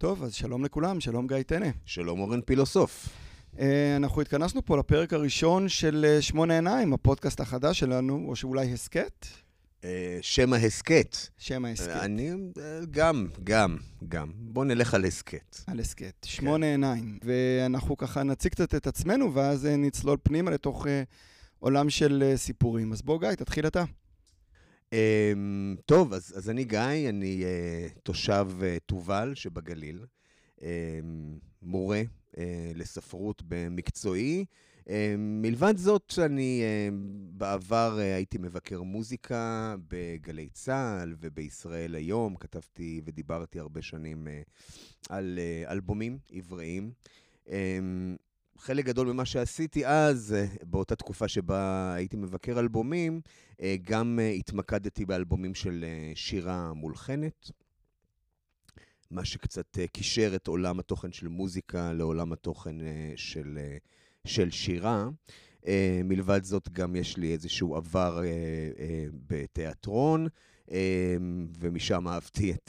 טוב, אז שלום לכולם, שלום גיא טנא. שלום אורן פילוסוף. אנחנו התכנסנו פה לפרק הראשון של 8 עיניים, הפודקאסט החדש שלנו, או שאולי הסקט? שם ההסקט. שם ההסקט. אני גם. בוא נלך על הסקט. על הסקט, 8 עיניים. ואנחנו ככה נציג קצת את עצמנו, ואז נצלול פנימה לתוך עולם של סיפורים. אז בוא גיא, תתחיל אתה. טוב, אז אני גיא, אני תושב תובל שבגליל, מורה לספרות במקצועי. מלבד זאת, אני בעבר הייתי מבקר מוזיקה בגלי צהל ובישראל היום. כתבתי ודיברתי הרבה שנים על אלבומים עבריים. חלק גדול ממה שעשיתי אז, באותה תקופה שבה הייתי מבקר אלבומים, גם התמקדתי באלבומים של שירה מולחנת, מה שקצת קישר את עולם התוכן של מוזיקה לעולם התוכן של שירה. מלבד זאת גם יש לי איזשהו עבר בתיאטרון, ומשם אהבתי את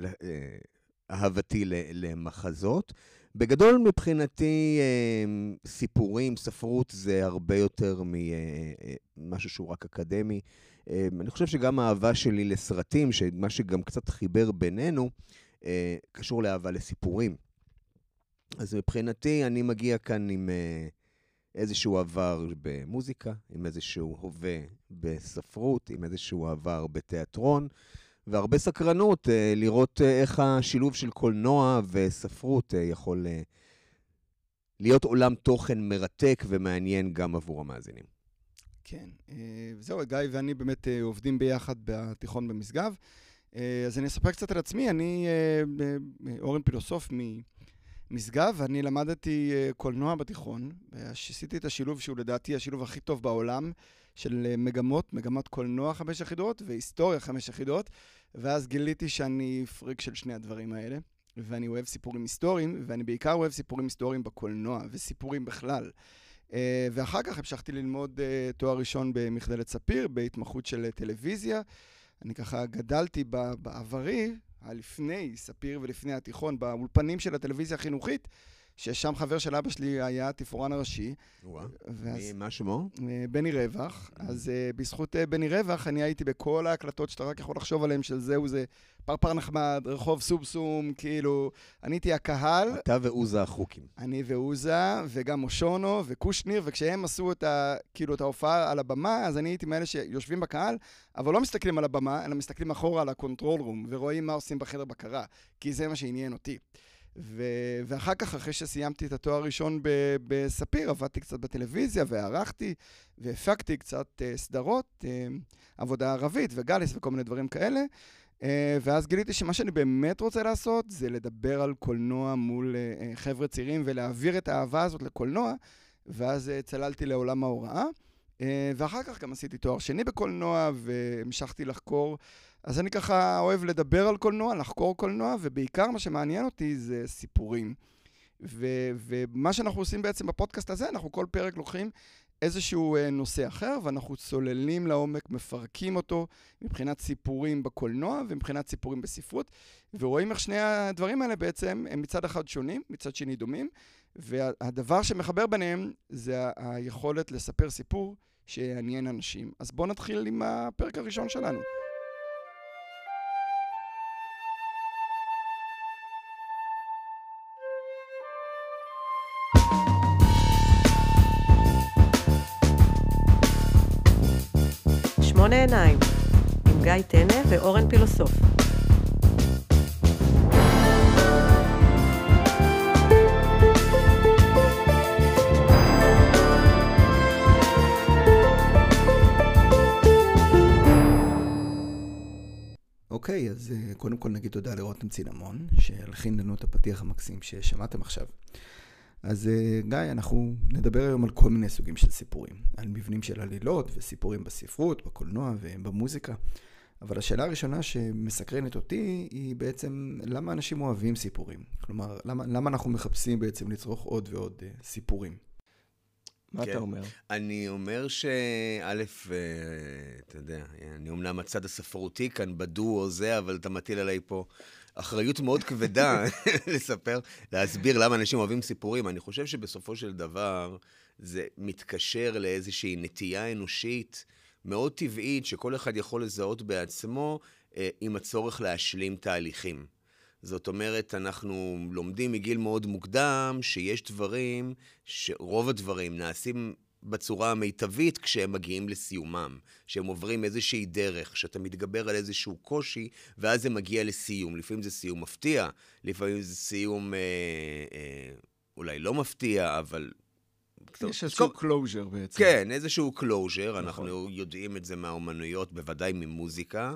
אהבתי למחזות. בגדול מבחינתי סיפורים, ספרות זה הרבה יותר ממשהו שהוא רק אקדמי. אני חושב שגם האהבה שלי לסרטים, שמה שגם קצת חיבר בינינו, קשור לאהבה לסיפורים. אז מבחינתי אני מגיע כאן עם איזשהו עבר במוזיקה, עם איזשהו הווה בספרות, עם איזשהו עבר בתיאטרון, והרבה סקרנות לראות איך השילוב של קולנוע וספרות יכול להיות עולם תוכן מרתק ומעניין גם עבור המאזינים. כן, זהו, גיא ואני באמת עובדים ביחד בתיכון במשגב. אז אני אספר קצת על עצמי, אני אורן פילוסוף משגב, ואני למדתי קולנוע בתיכון, ועשיתי את השילוב שהוא לדעתי השילוב הכי טוב בעולם, של מגמת קולנוע 5 יחידות והיסטוריה 5 יחידות, ואז גיליתי שאני פריק של שני הדברים האלה, ואני אוהב סיפורים היסטוריים, ואני בעיקר אוהב סיפורים היסטוריים בקולנוע, וסיפורים בכלל. ואחר כך המשכתי ללמוד תואר ראשון במכללת ספיר, בהתמחות של טלוויזיה. אני ככה גדלתי בעברי, לפני ספיר ולפני התיכון, באולפנים של הטלוויזיה החינוכית, ששם חבר של אבא שלי היה התפאורן הראשי. מה שמו? בני רווח. אז בזכות בני רווח אני הייתי בכל ההקלטות שאתה רק יכול לחשוב עליהן, של זהו זה פרפר נחמד, רחוב סובסום, כאילו, אני הייתי הקהל. אתה ועוזה החוקים. אני ועוזה, וגם מושונו וקושניר, וכשהם עשו כאילו, את ההופעה על הבמה, אז אני הייתי מאלה שיושבים בקהל, אבל לא מסתכלים על הבמה, אלא מסתכלים אחורה על הקונטרול רום, ורואים מה עושים בחדר בקרה, כי זה מה שעניין אותי. ואחר כך, אחרי שסיימתי את התואר הראשון בספיר, עבדתי קצת בטלוויזיה, וערכתי, והפקתי קצת סדרות, עבודה ערבית וגליס וכל מיני דברים כאלה, ואז גיליתי שמה שאני באמת רוצה לעשות, זה לדבר על קולנוע מול חבר'ה צעירים, ולהעביר את האהבה הזאת לקולנוע, ואז צללתי לעולם ההוראה, ואחר כך גם עשיתי תואר שני בקולנוע, והמשכתי לחקור. אז אני ככה אוהב לדבר על קולנוע, לחקור קולנוע, ובעיקר מה שמעניין אותי זה סיפורים. ומה שאנחנו עושים בעצם בפודקאסט הזה, אנחנו כל פרק לוקחים איזשהו נושא אחר, ואנחנו צוללים לעומק, מפרקים אותו מבחינת סיפורים בקולנוע ומבחינת סיפורים בספרות, ורואים איך שני הדברים האלה בעצם הם מצד אחד שונים, מצד שני דומים, והדבר שמחבר ביניהם זה היכולת לספר סיפור שיעניין אנשים. אז בואו נתחיל עם הפרק הראשון שלנו. שמונה עיניים, עם גיא טנא ואורן פילוסוף. אוקיי, אז קודם כל נגיד תודה לרותם צינמון, שהלחין לנו את הפתיח המקסים ששמעתם עכשיו. אז גיא, אנחנו נדבר היום על כל מיני סוגים של סיפורים, על מבנים של עלילות וסיפורים בספרות, בקולנוע ובמוזיקה. אבל השאלה הראשונה שמסקרנת אותי היא בעצם למה אנשים אוהבים סיפורים? כלומר, למה אנחנו מחפשים בעצם לצרוך עוד ועוד סיפורים? מה אתה אומר? אני אומר שא', אתה יודע, אני אומנם הצד הספרותי כאן בדו או זה, אבל אתה מטיל עליי פה אחריות מאוד כבדה להסביר למה אנשים אוהבים סיפורים. אני חושב שבסופו של דבר זה מתקשר לאיזושהי נטייה אנושית מאוד טבעית, שכל אחד יכול לזהות בעצמו עם הצורך להשלים תהליכים. זאת אומרת, אנחנו לומדים מגיל מאוד מוקדם שיש דברים, שרוב הדברים נעשים בצורה המיטבית כשהם מגיעים לסיומם, שהם עוברים איזושהי דרך, שאתה מתגבר על איזשהו קושי, ואז זה מגיע לסיום. לפעמים זה סיום מפתיע, לפעמים זה סיום אולי לא מפתיע, אבל... יש איזשהו קלוז'ר בעצם. כן, איזשהו קלוז'ר, אנחנו יודעים את זה מהאומנויות, בוודאי ממוזיקה,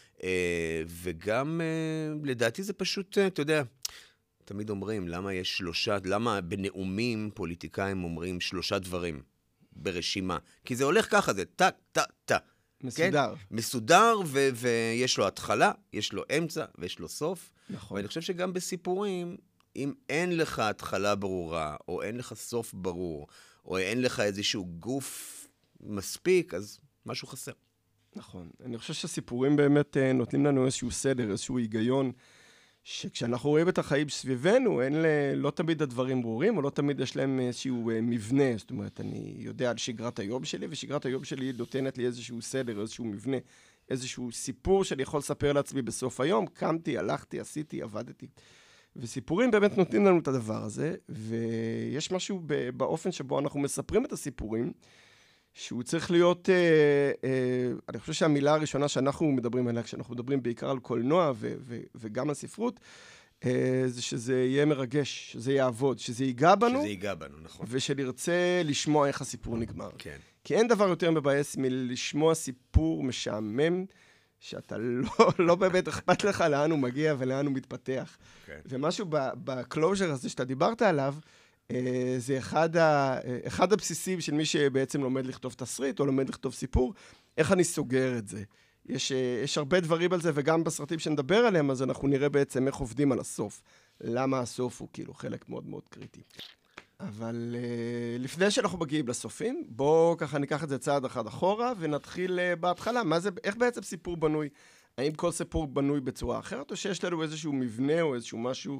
וגם לדעתי זה פשוט, אתה יודע, תמיד אומרים, למה בנאומים פוליטיקאים אומרים 3 דברים ברשימה? כי זה הולך ככה, זה טק, טק, טק. מסודר. כן? מסודר, ויש לו התחלה, יש לו אמצע, ויש לו סוף. נכון. ואני חושב שגם בסיפורים, אם אין לך התחלה ברורה, או אין לך סוף ברור, או אין לך איזשהו גוף מספיק, אז משהו חסר. נכון. אני חושב שהסיפורים באמת נותנים לנו איזשהו סדר, איזשהו היגיון, שכשאנחנו רואים את החיים סביבנו, לא תמיד הדברים ברורים, או לא תמיד יש להם איזשהו מבנה. זאת אומרת, אני יודע על שגרת היום שלי, ושגרת היום שלי נותנת לי איזשהו סדר, איזשהו מבנה, איזשהו סיפור שאני יכול לספר לעצמי בסוף היום. קמתי, הלכתי, עשיתי, עבדתי. וסיפורים באמת נותנים לנו את הדבר הזה, ויש משהו באופן שבו אנחנו מספרים את הסיפורים, שהוא צריך להיות, אני חושב שהמילה הראשונה שאנחנו מדברים עליה, כשאנחנו מדברים בעיקר על קולנוע וגם על ספרות, זה שזה יהיה מרגש, שזה יעבוד, שזה ייגע בנו. שזה ייגע בנו, נכון. ושנרצה לשמוע איך הסיפור נגמר. כן. כי אין דבר יותר מבאס מלשמוע סיפור משעמם, שאתה לא באמת אכפת לך לאן הוא מגיע ולאן הוא מתפתח. כן. ומשהו בקלוז'ר הזה שאתה דיברת עליו, זה אחד הבסיסים של מי שבעצם לומד לכתוב תסריט או לומד לכתוב סיפור, איך אני סוגר את זה. יש הרבה דברים על זה, וגם בסרטים שנדבר עליהם, אז אנחנו נראה בעצם איך עובדים על הסוף. למה הסוף הוא כאילו חלק מאוד מאוד קריטי. אבל לפני שאנחנו מגיעים לסופים, בואו ככה ניקח את זה צעד אחד אחורה, ונתחיל בהתחלה. איך בעצם סיפור בנוי? האם כל סיפור בנוי בצורה אחרת, או שיש לנו איזשהו מבנה או איזשהו משהו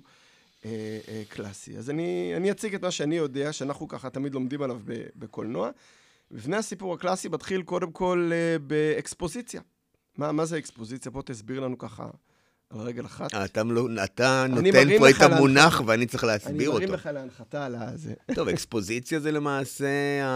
קלאסי? אז אני אציג את מה שאני יודע, שאנחנו ככה תמיד לומדים עליו בקולנוע. מבנה הסיפור הקלאסי מתחיל קודם כל באקספוזיציה. מה זה אקספוזיציה? פה תסביר לנו ככה על רגל אחת. אתה נותן פה את המונח ואני צריך להסביר אותו. אני מרים לך להנחתה על הזה. טוב, אקספוזיציה זה למעשה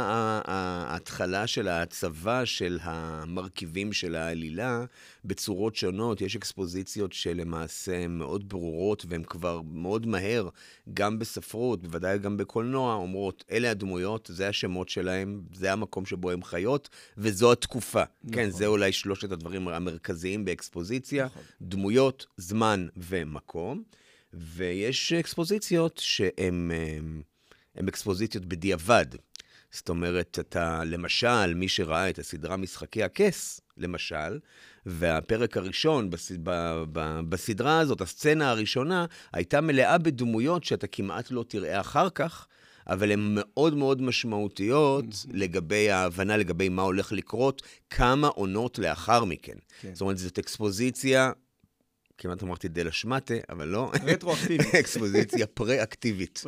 ההתחלה של ההצבה של המרכיבים של העלילה בצורות שונות. יש אקספוזיציות שלמעשה מאוד ברורות, והן כבר מאוד מהר, גם בספרות, בוודאי גם בקולנוע, אומרות, אלה הדמויות, זה השמות שלהם, זה המקום שבו הם חיות, וזו התקופה. נכון. כן, זה אולי 3 הדברים המרכזיים באקספוזיציה, נכון. דמויות, זמן ומקום, ויש אקספוזיציות שהן אקספוזיציות בדיעבד. זאת אומרת, למשל, מי שראה את הסדרה משחקי הכס, למשל, והפרק הראשון בסדרה הזאת, הסצנה הראשונה, הייתה מלאה בדמויות שאתה כמעט לא תראה אחר כך, אבל הן מאוד מאוד משמעותיות לגבי ההבנה, לגבי מה הולך לקרות, כמה עונות לאחר מכן. כן. זאת אומרת, זאת אקספוזיציה, כמעט אמרתי דלה שמטה, אבל לא. רטרואקטיבית. אקספוזיציה פרה-אקטיבית.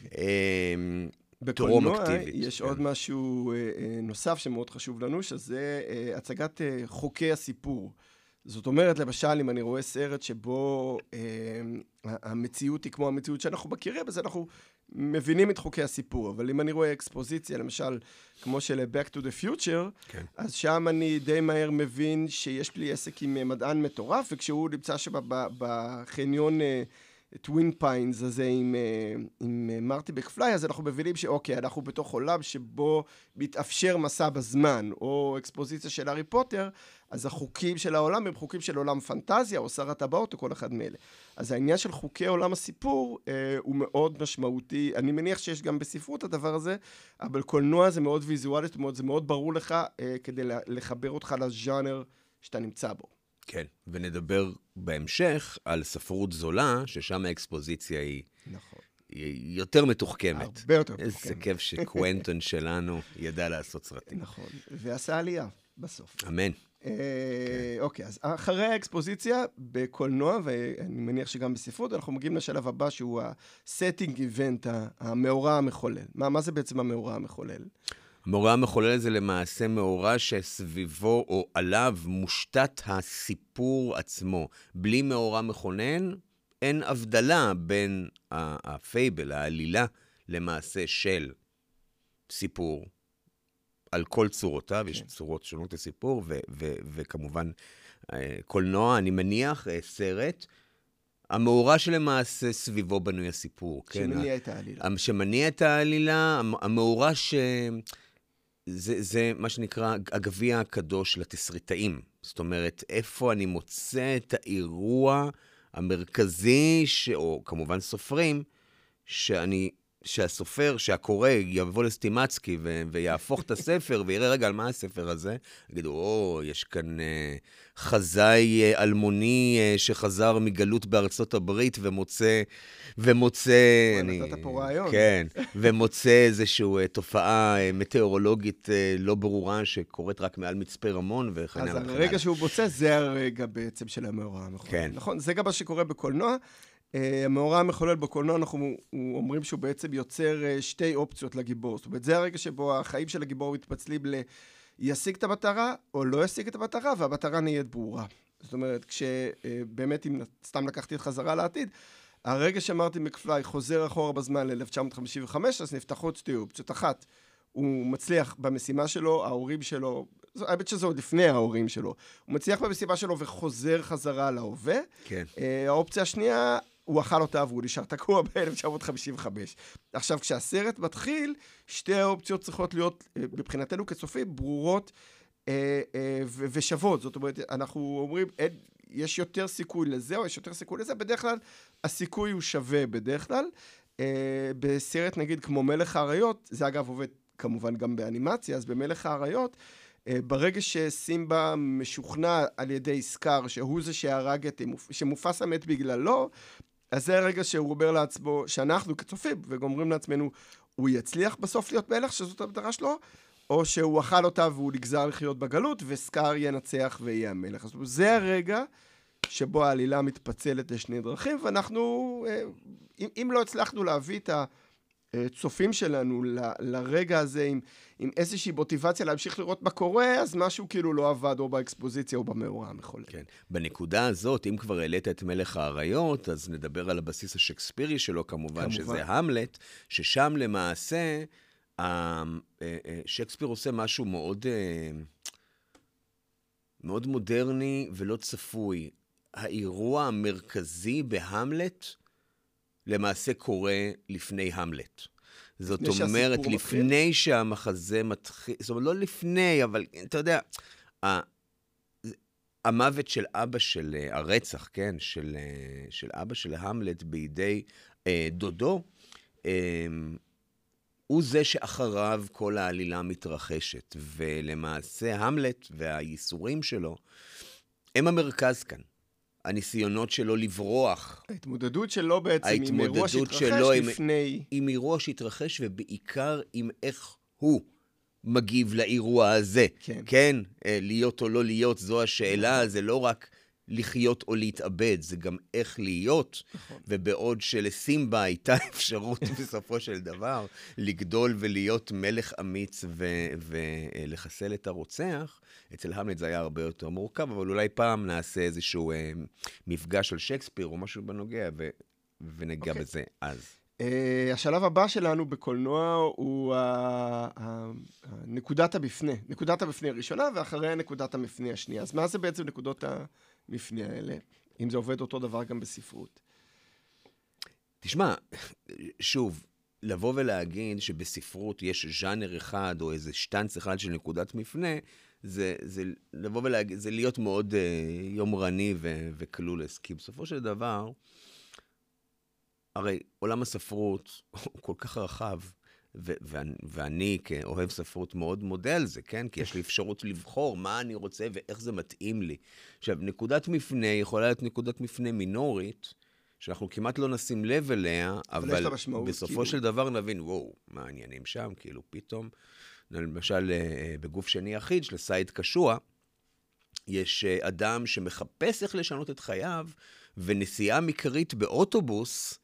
בקולנוע יש עוד משהו נוסף שמאוד חשוב לנו, שזה הצגת חוקי הסיפור. זאת אומרת, למשל, אם אני רואה סרט שבו המציאות היא כמו המציאות שאנחנו מכירים, אז אנחנו מבינים את חוקי הסיפור. אבל אם אני רואה אקספוזיציה, למשל, כמו של Back to the Future, כן. אז שם אני די מהר מבין שיש לי עסק עם מדען מטורף, וכשהוא נמצא שם בחניון טווין פיינס הזה עם מרטי בקפליי, אז אנחנו מבינים שאוקיי, אנחנו בתוך עולם שבו מתאפשר מסע בזמן, או אקספוזיציה של הארי פוטר, אז החוקים של העולם הם חוקים של עולם פנטזיה, או שר הטבעות, או כל אחד מאלה. אז העניין של חוקי עולם הסיפור הוא מאוד משמעותי. אני מניח שיש גם בספרות הדבר הזה, אבל קולנוע זה מאוד ויזואלי, זאת אומרת, זה מאוד ברור לך כדי לחבר אותך לז'אנר שאתה נמצא בו. כן, ונדבר בהמשך על ספרות זולה, ששם האקספוזיציה היא, נכון. היא יותר מתוחכמת. הרבה יותר מתוחכמת. איזה כיף שקוונטון שלנו ידע לעשות סרטים. נכון, ועשה עלייה בסוף. אמן. אוקיי, אז אחרי האקספוזיציה בקולנוע, ואני מניח שגם בספרות, אנחנו מגיעים לשלב הבא שהוא ה-setting event, המאורע המחולל. מה זה בעצם המאורע המחולל? המאורע המחולל זה למעשה מאורע שסביבו או עליו מושתת הסיפור עצמו. בלי מאורע מכונן, אין הבדלה בין הפייבל, העלילה, למעשה של סיפור. על כל צורותיו, יש צורות שונות לסיפור, וכמובן קולנוע, אני מניח, סרט, המאורע שלמעשה סביבו בנוי הסיפור. שמניע את העלילה. שמניע את העלילה, המאורע זה מה שנקרא הגביע הקדוש לתסריטאים. זאת אומרת, איפה אני מוצא את האירוע המרכזי, או כמובן סופרים, שהסופר, שהקורא, יבוא לסטימצקי ויהפוך את הספר, ויראה רגע על מה הספר הזה, יגידו, יש כאן חזאי אלמוני שחזר מגלות בארצות הברית, ומוצא... נתת פה רעיון. כן, ומוצא איזושהי תופעה מטאורולוגית לא ברורה, שקורית רק מעל מצפה רמון, וכן הלאה. אז הרגע שהוא מוצא, זה הרגע בעצם של המאורע המחולל. כן. נכון? זה גם מה שקורה בקולנוע. המאורע המחולל בקולנוע, אנחנו אומרים שהוא בעצם יוצר שתי אופציות לגיבור. זאת אומרת, זה הרגע שבו החיים של הגיבור מתפצלים ישיג את המטרה או לא ישיג את המטרה, והמטרה נהיית ברורה. זאת אומרת, כשבאמת, אם סתם לקחתי את חזרה לעתיד, הרגע שמרטין מקפליי חוזר אחורה בזמן ל-1955, אז נפתחות שתי אופציות. אחת, הוא מצליח במשימה שלו, ההורים שלו, האמת שזה עוד לפני ההורים שלו, הוא מצליח במשימה שלו וחוזר חזרה להווה. כן. האופציה השנייה, הוא אכל אותה והוא נשאר תקוע ב-1955. עכשיו, כשהסרט מתחיל, שתי האופציות צריכות להיות, מבחינתנו כצופים, ברורות ושוות. זאת אומרת, אנחנו אומרים, יש יותר סיכוי לזה או יש יותר סיכוי לזה, בדרך כלל הסיכוי הוא שווה בדרך כלל. בסרט נגיד כמו מלך האריות, זה אגב עובד כמובן גם באנימציה, אז במלך האריות, ברגע שסימבה משוכנע על ידי סקאר, שהוא זה שהרג שמופס המת בגללו, אז זה הרגע שהוא אומר לעצמו, שאנחנו כצופים, וגומרים לעצמנו, הוא יצליח בסוף להיות מלך, שזאת המטרה שלו, או שהוא אכל אותה והוא נגזר לחיות בגלות, וסקאר ינצח ויהיה המלך. אז זה הרגע שבו העלילה מתפצלת לשני דרכים, ואנחנו, אם לא הצלחנו להביא את הצופים שלנו לרגע הזה עם איזושהי מוטיבציה להמשיך לראות מה קורה, אז משהו כאילו לא עבד או באקספוזיציה או במאורע המחולל. כן. בנקודה הזאת, אם כבר העלית את מלך האריות, אז נדבר על הבסיס השקספירי שלו כמובן, שזה המלט, ששם למעשה שייקספיר עושה משהו מאוד, מאוד מודרני ולא צפוי. האירוע המרכזי בהמלט למעשה קורה לפני המלט. זאת אומרת, לפני שהמחזה מתחיל, זאת אומרת, לא לפני, אבל אתה יודע, המוות של אבא של הרצח, כן, של אבא של המלט בידי דודו, הוא זה שאחריו כל העלילה מתרחשת, ולמעשה המלט והייסורים שלו הם המרכז כאן. הניסיונות שלו לברוח. ההתמודדות שלו בעצם עם אירוע שהתרחש לפני... עם אירוע שהתרחש, ובעיקר עם איך הוא מגיב לאירוע הזה. כן. כן, להיות או לא להיות, זו השאלה, זה לא רק לחיות או להתאבד, זה גם איך להיות, נכון. ובעוד שלסימבה הייתה אפשרות בסופו של דבר, לגדול ולהיות מלך אמיץ ולחסל את הרוצח, אצל המלט זה היה הרבה יותר מורכב, אבל אולי פעם נעשה איזשהו מפגש על שייקספיר או משהו בנוגע, ונגע בזה אז. השלב הבא שלנו בקולנוע הוא נקודת המפנה. נקודת המפנה הראשונה, ואחריה נקודת המפנה השנייה. אז מה זה בעצם נקודות המפנה האלה? אם זה עובד אותו דבר גם בספרות. תשמע, שוב, לבוא ולהגיד שבספרות יש ז'אנר אחד, או איזה שטנץ אחד של נקודת מפנה, זה לבוא ולהגיד, זה להיות מאוד יומרני וכלולס. כי בסופו של דבר, הרי עולם הספרות הוא כל כך רחב, ואני כאוהב ספרות מאוד מודה על זה, כן? כי יש לי אפשרות לבחור מה אני רוצה ואיך זה מתאים לי. עכשיו, נקודת מפנה יכולה להיות נקודת מפנה מינורית, שאנחנו כמעט לא נשים לב אליה, אבל בסופו של דבר נבין, וואו, מה העניינים שם? כאילו פתאום, למשל בגוף שני אחיד של סייד קשוע, יש אדם שמחפש איך לשנות את חייו, ונסיעה מקרית באוטובוס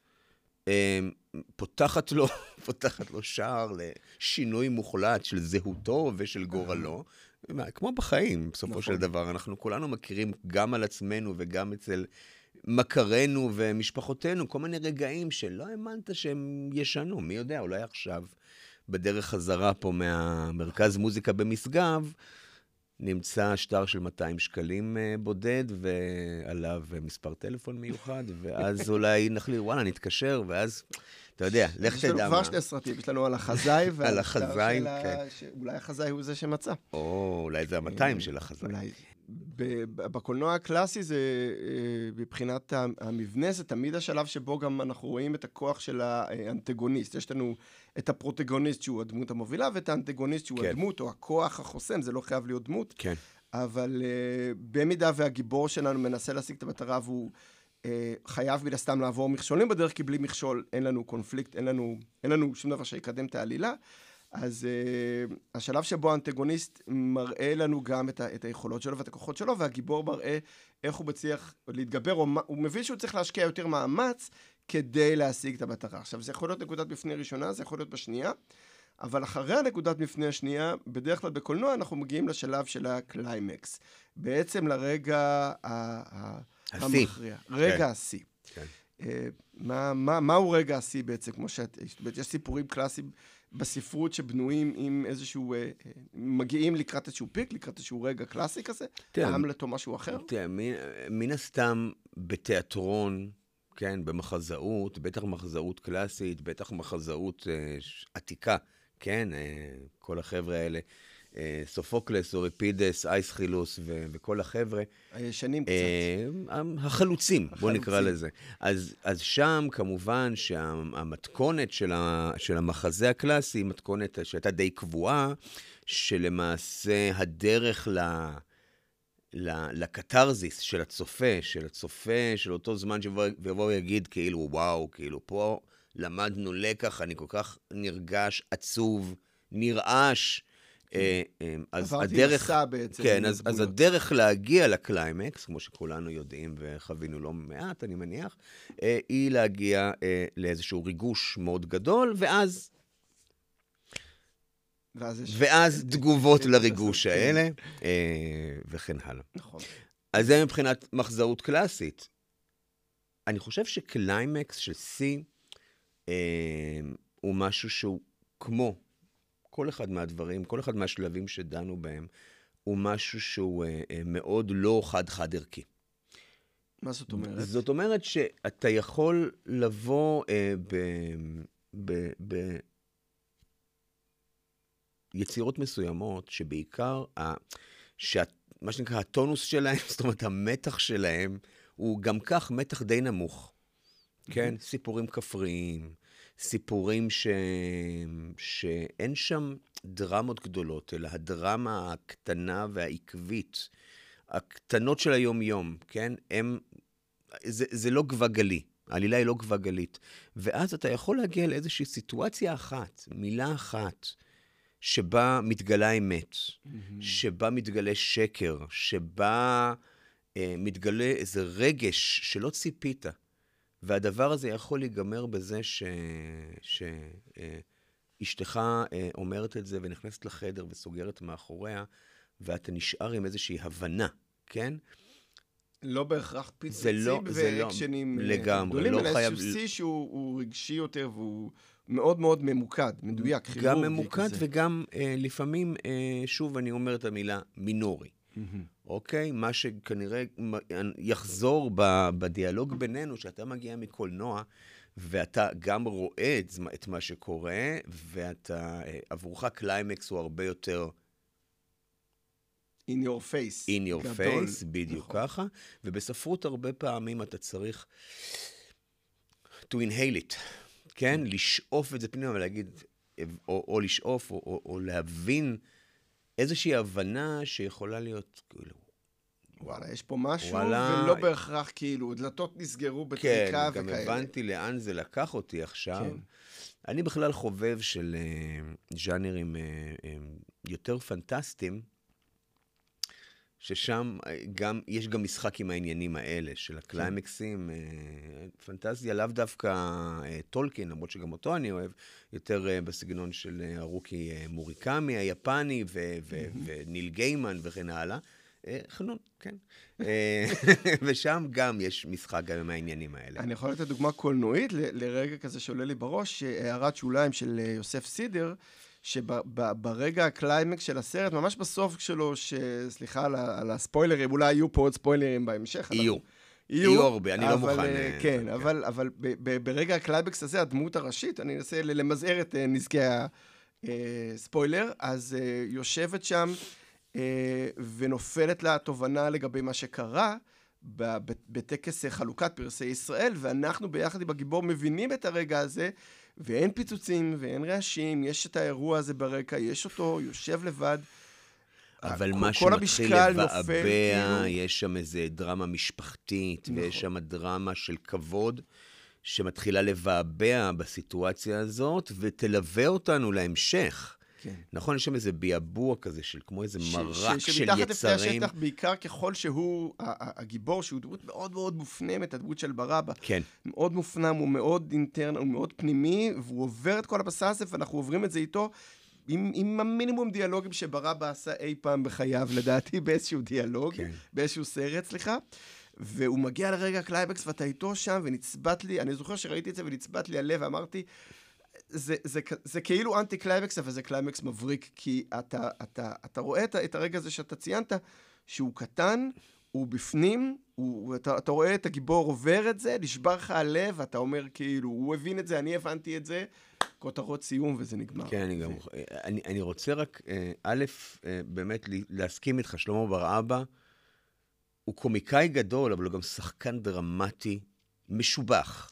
פותחת לו שער לשינוי מוחלט של זהותו ושל גורלו, כמו בחיים, בסופו של דבר. אנחנו כולנו מכירים גם על עצמנו וגם אצל מכרינו ומשפחותינו, כל מיני רגעים שלא האמנת שהם ישנו. מי יודע, אולי עכשיו, בדרך חזרה פה מהמרכז מוזיקה במשגב, נמצא שטר של 200 שקלים בודד, ועליו מספר טלפון מיוחד, ואז אולי נחליט, וואלה, נתקשר, ואז, אתה יודע, לך תדע מה. יש לנו כבר 2 סרטים, יש לנו על החזאי, על החזאי, כן. אולי החזאי הוא זה שמצא. או, אולי זה 200 של החזאי. אולי. בקולנוע הקלאסי זה, מבחינת המבנה, זה תמיד השלב שבו גם אנחנו רואים את הכוח של האנטגוניסט. יש לנו את הפרוטגוניסט שהוא הדמות המובילה, ואת האנטגוניסט שהוא הדמות, או הכוח החוסם, זה לא חייב להיות דמות. כן. אבל במידה והגיבור שלנו מנסה להשיג את המטרה, והוא חייב מן הסתם לעבור מכשולים בדרך, כי בלי מכשול אין לנו קונפליקט, אין לנו שום דבר שיקדם את העלילה. אז השלב שבו האנטגוניסט מראה לנו גם את היכולות שלו ואת הכוחות שלו, והגיבור מראה איך הוא מצליח להתגבר, הוא מבין שהוא צריך להשקיע יותר מאמץ כדי להשיג את המטרה. עכשיו, זה יכול להיות נקודת מפנה ראשונה, זה יכול להיות בשנייה, אבל אחרי הנקודת מפנה השנייה, בדרך כלל בקולנוע אנחנו מגיעים לשלב של הקליימקס. בעצם לרגע המכריע. רגע השיא. מהו רגע השיא בעצם? כמו יש סיפורים קלאסיים בספרות שבנויים עם איזשהו, מגיעים לקראת איזשהו פיק, לקראת איזשהו רגע קלאסי כזה, המלט או משהו אחר? תראה, מן הסתם בתיאטרון, כן, במחזאות, בטח מחזאות קלאסית, בטח מחזאות עתיקה, כן, כל החבר'ה האלה, סופוקלס, אוריפידס, אייסחילוס וכל החבר'ה. הישנים קצת. החלוצים, בוא נקרא לזה. אז שם כמובן שהמתכונת של המחזה הקלאסי, מתכונת שהייתה די קבועה, שלמעשה הדרך לקטרזיס של הצופה, של אותו זמן שיבוא ויגיד כאילו, וואו, כאילו פה למדנו לקח, אני כל כך נרגש, עצוב, נרעש, אז הדרך, בעצם, כן, אז הדרך להגיע לקליימקס, כמו שכולנו יודעים וחווינו לא מעט, אני מניח, היא להגיע לאיזשהו ריגוש מאוד גדול, ואז תגובות לריגוש האלה, וכן הלאה. נכון. אז זה מבחינת מחזאות קלאסית. אני חושב שקליימקס של C הוא משהו שהוא כמו כל אחד מהדברים, כל אחד מהשלבים שדנו בהם, הוא משהו שהוא מאוד לא חד ערכי. מה זאת אומרת? זאת אומרת שאתה יכול לבוא ביצירות מסוימות, שבעיקר, מה שנקרא, הטונוס שלהם, זאת אומרת, המתח שלהם, הוא גם כך מתח די נמוך. כן? סיפורים כפריים, סיפורים שאין שם דרמות גדולות, אלא הדרמה הקטנה והעקבית, הקטנות של היום-יום, כן? זה לא גבה גלי, העלילה היא לא גבה גלית. ואז אתה יכול להגיע לאיזושהי סיטואציה אחת, מילה אחת, שבה מתגלה אמת, שבה מתגלה שקר, שבה מתגלה איזה רגש שלא ציפית. והדבר הזה יכול להיגמר בזה שאשתך אומרת את זה ונכנסת לחדר וסוגרת מאחוריה, ואתה נשאר עם איזושהי הבנה, כן? לא בהכרח פיצוצים ואקשנים לגמרי, גדולים, אלא איזשהו שיא שהוא רגשי יותר והוא מאוד מאוד ממוקד, מדויק, חיבור. גם ממוקד וגם לפעמים, שוב אני אומר את המילה מינורי. אוקיי? מה שכנראה יחזור בדיאלוג בינינו, שאתה מגיע מקולנוע, ואתה גם רואה את מה שקורה, ואתה, עבורך קליימקס הוא הרבה יותר in your face. in your face, בדיוק ככה. ובספרות הרבה פעמים אתה צריך to inhale it, כן? לשאוף את זה פנימה ולהגיד, או לשאוף, או להבין איזושהי הבנה שיכולה להיות, כאילו, וואלה, יש פה משהו, ולא בהכרח, כאילו, דלתות נסגרו בטריקה וכאלה. כן, גם הבנתי לאן זה לקח אותי עכשיו. אני בכלל חובב של ז'אנרים יותר פנטסטיים, ששם יש גם משחק עם העניינים האלה, של הקליימקסים, פנטזיה, לאו דווקא טולקין, למרות שגם אותו אני אוהב, יותר בסגנון של הרוקי מוריקמי, היפני, וניל גיימן וכן הלאה. חנון, כן. ושם גם יש משחק גם עם העניינים האלה. אני יכול לתת דוגמה קולנועית לרגע כזה שעולה לי בראש, הערת שוליים של יוסף סידר, שברגע הקליימקס של הסרט, ממש בסוף שלו, סליחה על הספוילרים, אולי יהיו פה עוד ספוילרים בהמשך. יהיו הרבה, אני לא מוכן. כן, אבל ברגע הקליימקס הזה, הדמות הראשית, אני אנסה למזער את נזקי הספוילר, אז יושבת שם, ונופלת לה התובנה לגבי מה שקרה, בטקס חלוקת פרסי ישראל, ואנחנו ביחד עם הגיבור מבינים את הרגע הזה, ואין פיצוצים ואין רעשים, יש את האירוע הזה ברקע, יש אותו, יושב לבד. אבל מה שמתחיל לבעבע, יש שם איזה דרמה משפחתית, ויש שם דרמה של כבוד, שמתחילה לבעבע בסיטואציה הזאת, ותלווה אותנו להמשך. נכון, יש שם איזה ביאבוע כזה, כמו איזה מרק של יצרים. שמתחת לפני השטח, בעיקר ככל שהוא, הגיבור, שהוא דמות מאוד מאוד מופנמת, הדמות של ברבא. כן. מאוד מופנם, הוא מאוד אינטרנל, הוא מאוד פנימי, והוא עובר את כל המסע הזה, ואנחנו עוברים את זה איתו, עם המינימום דיאלוגים שברבא עשה אי פעם בחייו, לדעתי באיזשהו דיאלוג, באיזשהו סרט, סליחה. והוא מגיע לרגע הקליימקס, ואתה איתו שם, ונצבט לי, אני זוכר שראיתי את זה, ונצבט לי הלב, ואמרתי, זה כאילו אנטי קליימקס, אבל זה קליימקס מבריק, כי אתה רואה את הרגע הזה שאתה ציינת, שהוא קטן, הוא בפנים, אתה רואה את הגיבור עובר את זה, נשבר לך הלב, אתה אומר כאילו, הוא הבין את זה, אני הבנתי את זה, כותרות סיום וזה נגמר. כן, אני רוצה רק, א', באמת להסכים איתך, שלמה ברבא, הוא קומיקאי גדול, אבל הוא גם שחקן דרמטי, משובח.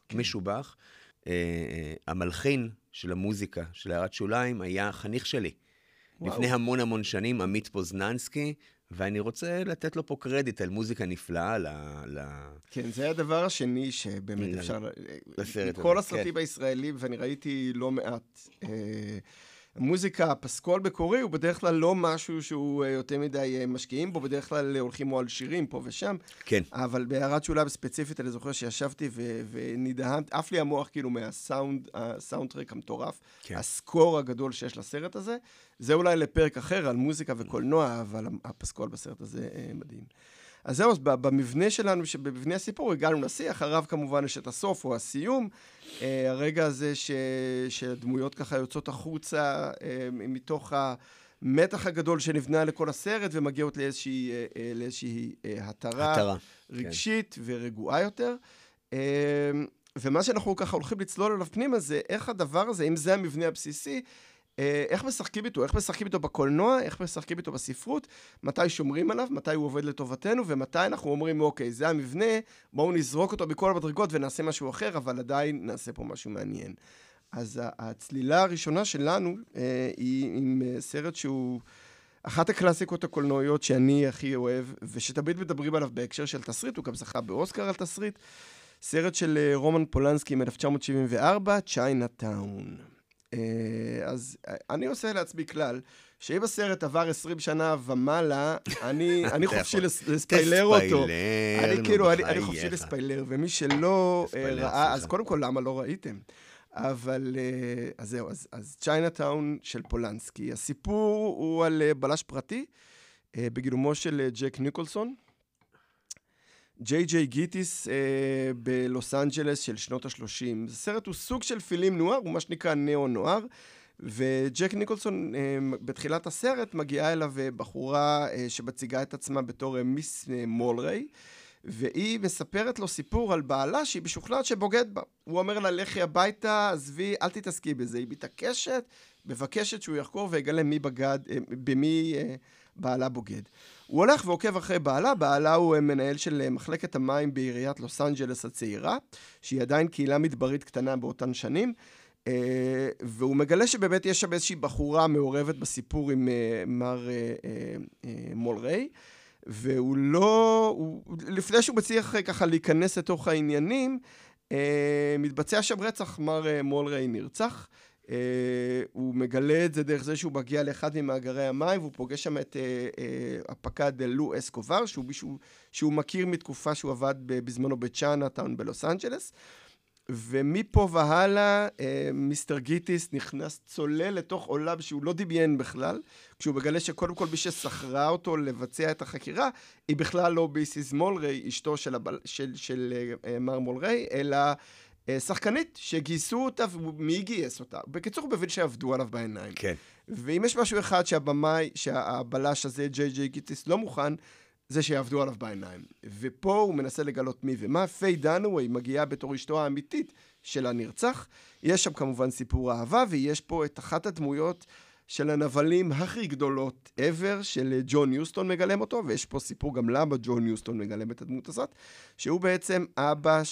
המלחין של המוזיקה, של הערת שוליים, היה חניך שלי. לפני המון שנים, עמית פוזננסקי, ואני רוצה לתת לו פה קרדיט על מוזיקה נפלאה כן, זה הדבר השני שבאמת אפשר... כל הסרטים הישראלים, ואני ראיתי לא מעט... המוזיקה, הפסקול בקורי, הוא בדרך כלל לא משהו שהוא יותר מדי משקיעים בו, בדרך כלל הולכים או על שירים פה ושם. כן. אבל בהערת שוליים ספציפית, אני זוכר שישבתי ונדהמתי, עף לי המוח כאילו הסאונדטרק המטורף, הסקור הגדול שיש לסרט הזה. זה אולי לפרק אחר על מוזיקה וקולנוע, אבל הפסקול בסרט הזה מדהים. אז זהו, במבנה שלנו, במבנה הסיפור, הגענו לשיא, אחריו כמובן יש את הסוף או הסיום, הרגע הזה שהדמויות ככה יוצאות החוצה, מתוך המתח הגדול שנבנה לכל הסרט, ומגיעות לאיזושהי התרה רגשית ורגועה יותר. ומה שאנחנו ככה הולכים לצלול עליו פנימה זה, איך הדבר הזה, אם זה המבנה הבסיסי, איך משחקים איתו? איך משחקים איתו בקולנוע? איך משחקים איתו בספרות? מתי שומרים עליו? מתי הוא עובד לטובתנו? ומתי אנחנו אומרים, אוקיי, זה המבנה, בואו נזרוק אותו בכל המדרגות ונעשה משהו אחר, אבל עדיין נעשה פה משהו מעניין. אז הצלילה הראשונה שלנו היא עם סרט שהוא אחת הקלאסיקות הקולנועיות שאני הכי אוהב, ושתמיד מדברים עליו בהקשר של תסריט, הוא גם זכה באוסקר על תסריט, סרט של רומן פולנסקי מ-1974, צ'יינאטאון. אז אני עושה לעצמי כלל, שאם הסרט עבר 20 שנה ומעלה, אני חופשי לספיילר אותו. אני חופשי לספיילר, ומי שלא ראה, אז קודם כל למה לא ראיתם? אבל, אז זהו, אז צ'יינאטאון של פולנסקי. הסיפור הוא על בלש פרטי, בגילומו של ג'ק ניקולסון. ג'יי גיטיס בלוס אנג'לס של שנות ה-30. הסרט הוא סוג של פילים נוער, הוא מה שנקרא נאו-נוער, וג'ק ניקולסון בתחילת הסרט מגיעה אליו בחורה שמציגה את עצמה בתור מיס מולריי, והיא מספרת לו סיפור על בעלה שהיא משוכנעת שבוגד בה. הוא אומר לה, לכי הביתה, עזבי, אל תתעסקי בזה. היא מתעקשת, מבקשת שהוא יחקור ויגלה במי בעלה בוגד. הוא הולך ועוקב אחרי בעלה, בעלה הוא מנהל של מחלקת המים בעיריית לוס אנג'לס הצעירה, שהיא עדיין קהילה מדברית קטנה באותן שנים, והוא מגלה שבאמת יש שם איזושהי בחורה מעורבת בסיפור עם מר מולריי, והוא לא, לפני שהוא מצליח ככה להיכנס לתוך העניינים, מתבצע שם רצח, מר מולריי נרצח, הוא מגלה את זה דרך זה שהוא מגיע לאחד ממאגרי המים, והוא פוגש שם את הפקד לו אסקובר, שהוא מישהו שהוא מכיר מתקופה שהוא עבד בזמנו בצ'יינאטאון בלוס אנג'לס, ומפה והלאה מיסטר גיטיס נכנס צולל לתוך עולם שהוא לא דמיין בכלל, כשהוא מגלה שקודם כל מי ששכרה אותו לבצע את החקירה, היא בכלל לא ביסיס מולריי, אשתו של מר מולריי, אלא שחקנית שגייסו אותה, ומי גייס אותה? בקיצור, הוא מבין שעבדו עליו בעיניים. כן. ואם יש משהו אחד שהבלש הזה, ג'יי גיטיס, לא מוכן, זה שיעבדו עליו בעיניים. ופה הוא מנסה לגלות מי ומה. פיי דנווי מגיעה בתור אשתו האמיתית של הנרצח. יש שם כמובן סיפור אהבה, ויש פה את אחת הדמויות של הנבלים הכי גדולות ever, של ג'ון יוסטון מגלם אותו, ויש פה סיפור גם למה ג'ון יוסטון מגלם את הדמות הזאת, שהוא בעצם אבא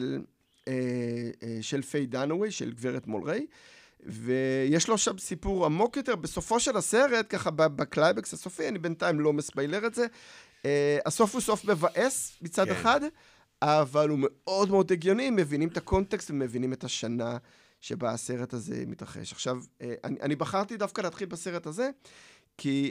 של פיי דנווי, של גברת מולריי, ויש לו שם סיפור עמוק יותר, בסופו של הסרט, ככה בקלייבקס הסופי, אני בינתיים לא מספיילר את זה, הסוף הוא סוף מבאס מצד אחד, אבל הוא מאוד מאוד הגיוני, מבינים את הקונטקסט ומבינים את השנה שבה הסרט הזה מתרחש. עכשיו, אני בחרתי דווקא להתחיל בסרט הזה, כי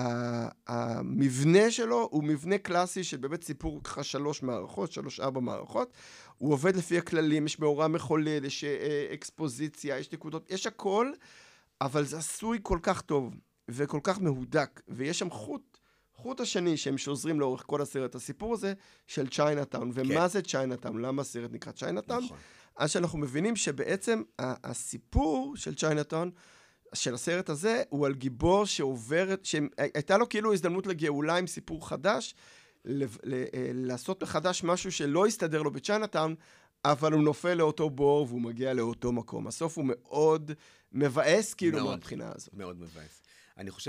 המבנה שלו הוא מבנה קלאסי של באמת סיפור ככה 3-4 מערכות, הוא עובד לפי הכללים, יש מאורע מחולל, יש אקספוזיציה, יש נקודות, יש הכל, אבל זה עשוי כל כך טוב וכל כך מהודק, ויש שם חוט השני שהם שוזרים לאורך כל הסרט, הסיפור הזה של צ'יינאטאון, ומה זה צ'יינאטאון? למה הסרט נקרא צ'יינאטאון? נכון. אז שאנחנו מבינים שבעצם הסיפור של צ'יינאטאון, של הסרט הזה, הוא על גיבור שעוברת, שהייתה לו כאילו הזדמנות לגאולה עם סיפור חדש, לעשות מחדש משהו שלא יסתדר לו בצ'יינאטאון, אבל הוא נופל לאותו בור והוא מגיע לאותו מקום. הסוף הוא מאוד מבאס כאילו מהבחינה הזאת. מאוד מבאס. אני חושב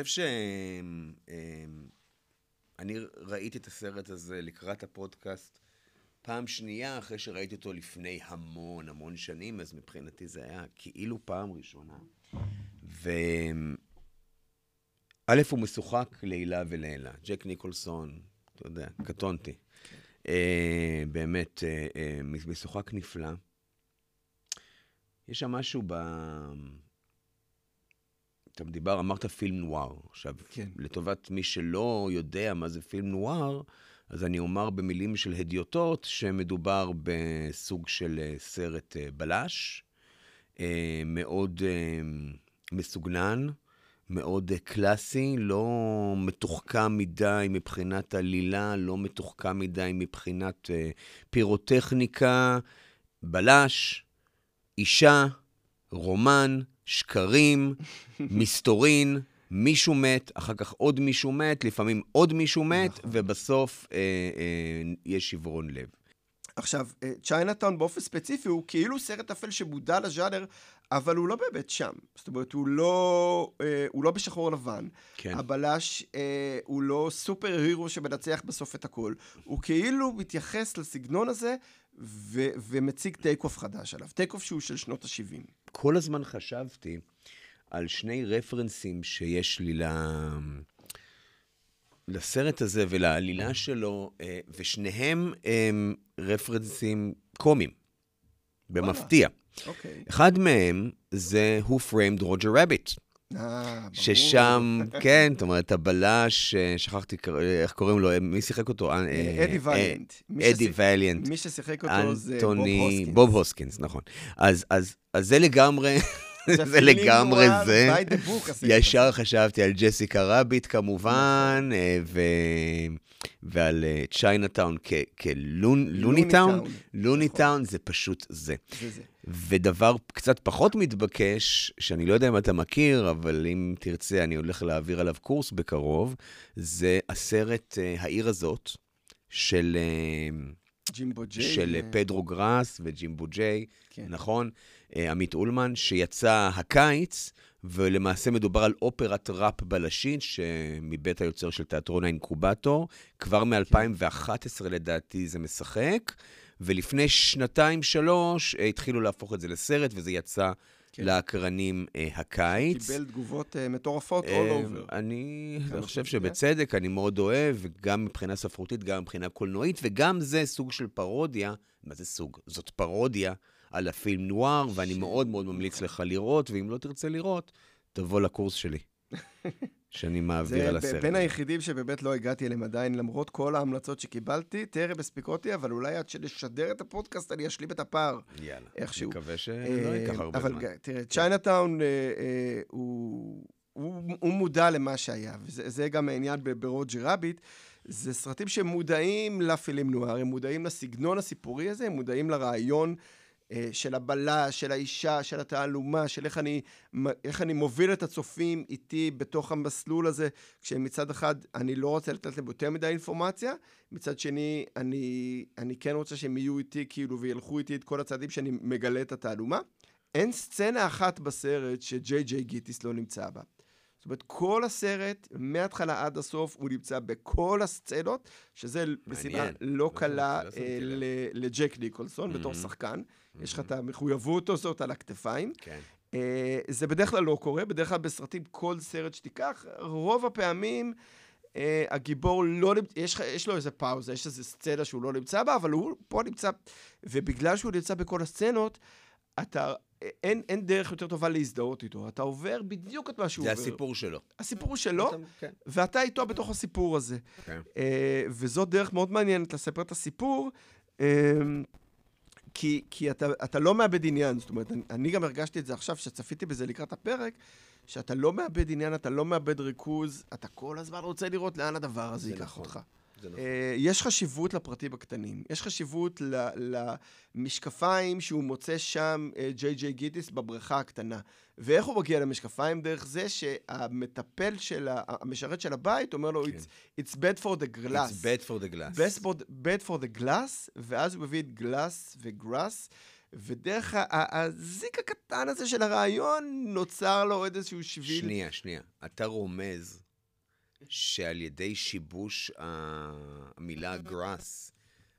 אני ראיתי את הסרט הזה לקראת הפודקאסט פעם שנייה אחרי שראיתי אותו לפני המון שנים, אז מבחינתי זה היה כאילו פעם ראשונה. א' הוא משוחק לילה ולילה. ג'ק ניקולסון, אתה יודע, קטונתי. באמת, משוחק נפלא. יש שם משהו אמרת פילם נואר. עכשיו, לטובת מי שלא יודע מה זה פילם נואר, אז אני אומר במילים של הדיוטות, שמדובר בסוג של סרט בלש, מאוד מסוגנן, מאוד קלאסי, לא מתוחכם מדי מבחינת עלילה, לא מתוחכם מדי מבחינת פירוטכניקה, בלש, אישה, רומן, שקרים, מסתורין, מישהו מת, אחר כך עוד מישהו מת, לפעמים עוד מישהו מת, ובסוף יש שברון לב. עכשיו, צ'יינאטאון באופן ספציפי הוא כאילו סרט אפל שמודע לז'אנר, אבל הוא לא באמת שם. זאת אומרת, הוא לא בשחור לבן. כן. הבלש הוא לא סופר הירו שמנצח בסוף את הכל. הוא כאילו מתייחס לסגנון הזה ומציג טייק-אוף חדש עליו. טייק-אוף שהוא של שנות ה-70. כל הזמן חשבתי על שני רפרנסים שיש לי לסרט הזה ולעלילה שלו, ושניהם הם רפרנסים קומיים, במפתיע. אחד מהם זה Who Framed Roger Rabbit. ששם, כן, זאת אומרת, הבלש, שכחתי איך קוראים לו, מי שיחק אותו? אדי ואליאנט. אדי ואליאנט. מי ששיחק אותו זה בוב הוסקינס, נכון. אז זה לגמרי... זה לגמרי זה. ישר חשבתי על ג'סיקה רביט כמובן, ועל צ'יינאטאון כלוניטאון. לוניטאון זה פשוט זה. ודבר קצת פחות מתבקש, שאני לא יודע אם אתה מכיר, אבל אם תרצה אני הולך להעביר עליו קורס בקרוב, זה הסרט העיר הזאת של פדרו גראס וג'ימבו ג'יי, נכון? עמית אולמן, שיצא הקיץ, ולמעשה מדובר על אופרת ראפ בלשית, שמבית היוצר של תיאטרון האינקובטור, כבר מ-2011 לדעתי זה משחק, ולפני 2-3 התחילו להפוך את זה לסרט, וזה יצא לאקרנים הקיץ. קיבל תגובות מטורפות all over. אני חושב שבצדק, אני מאוד אוהב, גם מבחינה ספרותית, גם מבחינה קולנועית, וגם זה סוג של פרודיה. מה זה סוג? זאת פרודיה על הפילם נואר, ואני מאוד מאוד ממליץ לך לראות, ואם לא תרצה לראות, תבוא לקורס שלי, שאני מעביר על הסרט. זה בין היחידים שבאמת לא הגעתי אליהם עדיין, למרות כל ההמלצות שקיבלתי, טרם הספיקותי, אבל אולי עד שנשדר את הפודקאסט, אני אשלים את הפער. יאללה. איכשהו. מקווה שלא ייקח הרבה זמן. אבל תראה, צ'יינאטאון הוא מודע למה שהיה, וזה גם העניין ברוג'ר רביט, זה סרטים שמודעים לפילם נואר, הם מודעים לסגנון הסיפורי הזה, הם מודעים לרעיון של הבלה, של האישה, של התעלומה, של איך אני מוביל את הצופים איתי בתוך המסלול הזה, כשמצד אחד אני לא רוצה לתת להם יותר מדי אינפורמציה, מצד שני אני כן רוצה שהם יהיו איתי כאילו וילכו איתי את כל הצעדים שאני מגלה את התעלומה. אין סצנה אחת בסרט שג'יי ג'יי גיטיס לא נמצא בה. זאת אומרת, כל הסרט, מההתחלה עד הסוף, הוא נמצא בכל הסצנות, שזה בסדרה לא קלה לג'ק ניקולסון בתור שחקן. יש לך את המחויבות הזאת על הכתפיים. זה בדרך כלל לא קורה, בדרך כלל בסרטים כל סרט שתיקח, רוב הפעמים הגיבור לא נמצא, יש לו איזה פאוזה, יש איזה סצנה שהוא לא נמצא בה, אבל הוא פה נמצא, ובגלל שהוא נמצא בכל הסצנות, אין דרך יותר טובה להזדהות איתו. אתה עובר בדיוק את מה שהוא עובר. זה הסיפור שלו. הסיפור הוא שלו, ואתה איתו בתוך הסיפור הזה. וזאת דרך מאוד מעניינת לספר את הסיפור, כי אתה לא מאבד עניין. זאת אומרת, אני גם הרגשתי את זה עכשיו, שצפיתי בזה לקראת הפרק, שאתה לא מאבד עניין, אתה לא מאבד ריכוז, אתה כל הזמן רוצה לראות לאן הדבר הזה ייקח אותך. יש חשיבות לפרטים הקטנים, יש חשיבות למשקפיים שהוא מוצא שם ג'יי ג'יי גיטיס בבריכה הקטנה. ואיך הוא מגיע למשקפיים? דרך זה שהמטפל המשרת של הבית אומר לו, it's bad for the glass. It's bad for the glass. bad for the glass, ואז הוא מביא את גלאס וגראס, ודרך הזיק הקטן הזה של הרעיון נוצר לו איזשהו שביל. שנייה. אתה רומז שעל ידי שיבוש המילה גראס,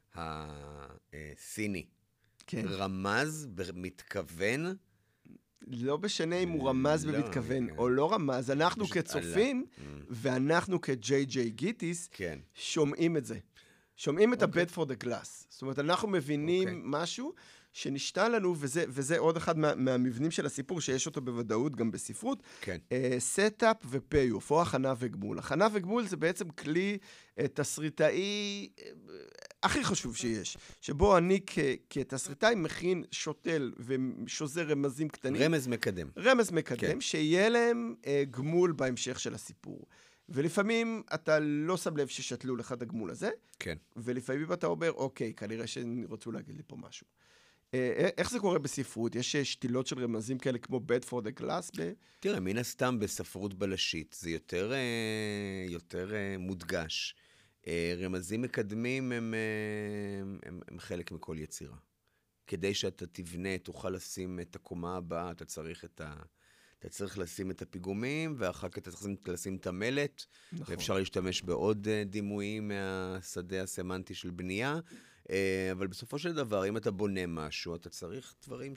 הסיני, רמז במתכוון? לא משנה אם הוא רמז במתכוון או לא רמז, אנחנו כצופים, ואנחנו כג'יי ג'יי גיטיס, שומעים את זה. שומעים את ה-bed for the glass. זאת אומרת, אנחנו מבינים משהו שנשתן לנו, וזה עוד אחד מהמבנים של הסיפור, שיש אותו בוודאות גם בספרות, סטאפ ופיי-אוף, או הכנה וגמול. הכנה וגמול זה בעצם כלי תסריטאי הכי חשוב שיש, שבו אני כתסריטאי מכין שוטל ושוזר רמזים קטנים. רמז מקדם, שיהיה להם גמול בהמשך של הסיפור. ולפעמים אתה לא שם לב ששתלו לך את הגמול הזה, ולפעמים אתה אומר, אוקיי, כנראה שרצו להגיד לי פה משהו. איך זה קורה בספרות? יש שתילות של רמזים כאלה כמו bed for the glass? תראה, מן הסתם בספרות בלשית זה יותר מודגש. רמזים מקדמים הם חלק מכל יצירה. כדי שאתה תבנה, תוכל לשים את הקומה הבאה, אתה צריך לשים את הפיגומים, ואחר כך אתה צריך לשים את המלט, ואפשר להשתמש בעוד דימויים מהשדה הסמנטי של בנייה, אבל בסופו של דבר, אם אתה בונה משהו, אתה צריך דברים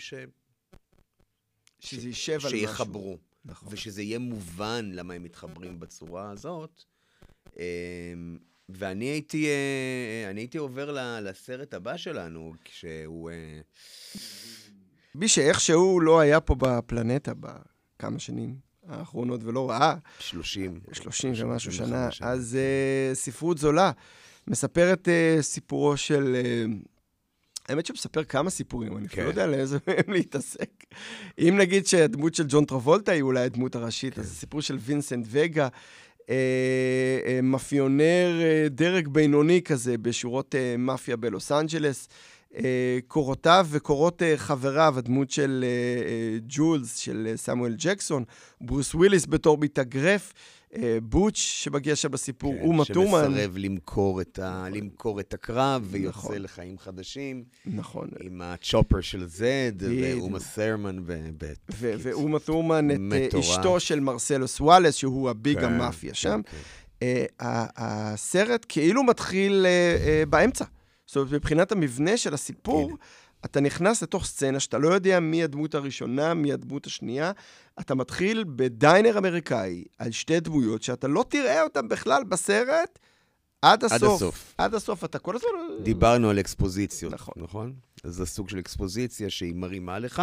שזה יישב על שיחברו, ושזה יהיה מובן למה הם מתחברים בצורה הזאת. ואני הייתי עובר לסרט הבא שלנו, כשהוא... מי שאיכשהו לא היה פה בפלנטה בכמה שנים האחרונות ולא ראה, 30 ומשהו שנה, אז ספרות זולה מספרת סיפורו של... האמת שמספר כמה סיפורים, אני לא יודע לאיזה מהם להתעסק. אם נגיד שהדמות של ג'ון טרבולטה היא אולי הדמות הראשית, אז הסיפור של וינסנט וגה, מאפיונר דרג בינוני כזה בשורות מאפיה בלוס אנג'לס, קורותיו וקורות חבריו, הדמות של ג'ולס, של סמואל ג'קסון, ברוס וויליס בתור מתאגרף, בוץ' שמגיע שם בסיפור, אומה תורמן. שמסרב למכור את הקרב ויוצא לחיים חדשים. נכון. עם הצ'ופר של זד, ואומה תורמן. ואומה תורמן את אשתו של מרסלוס וואלס, שהוא הביג המאפיה שם. הסרט כאילו מתחיל באמצע. זאת אומרת, מבחינת המבנה של הסיפור, אתה נכנס לתוך סצנה שאתה לא יודע מי הדמות הראשונה, מי הדמות השנייה, אתה מתחיל בדיינר אמריקאי על שתי דמויות שאתה לא תראה אותן בכלל בסרט עד הסוף. עד הסוף אתה כל הזמן... דיברנו על אקספוזיציות, נכון? זה סוג של אקספוזיציה שהיא מרימה לך,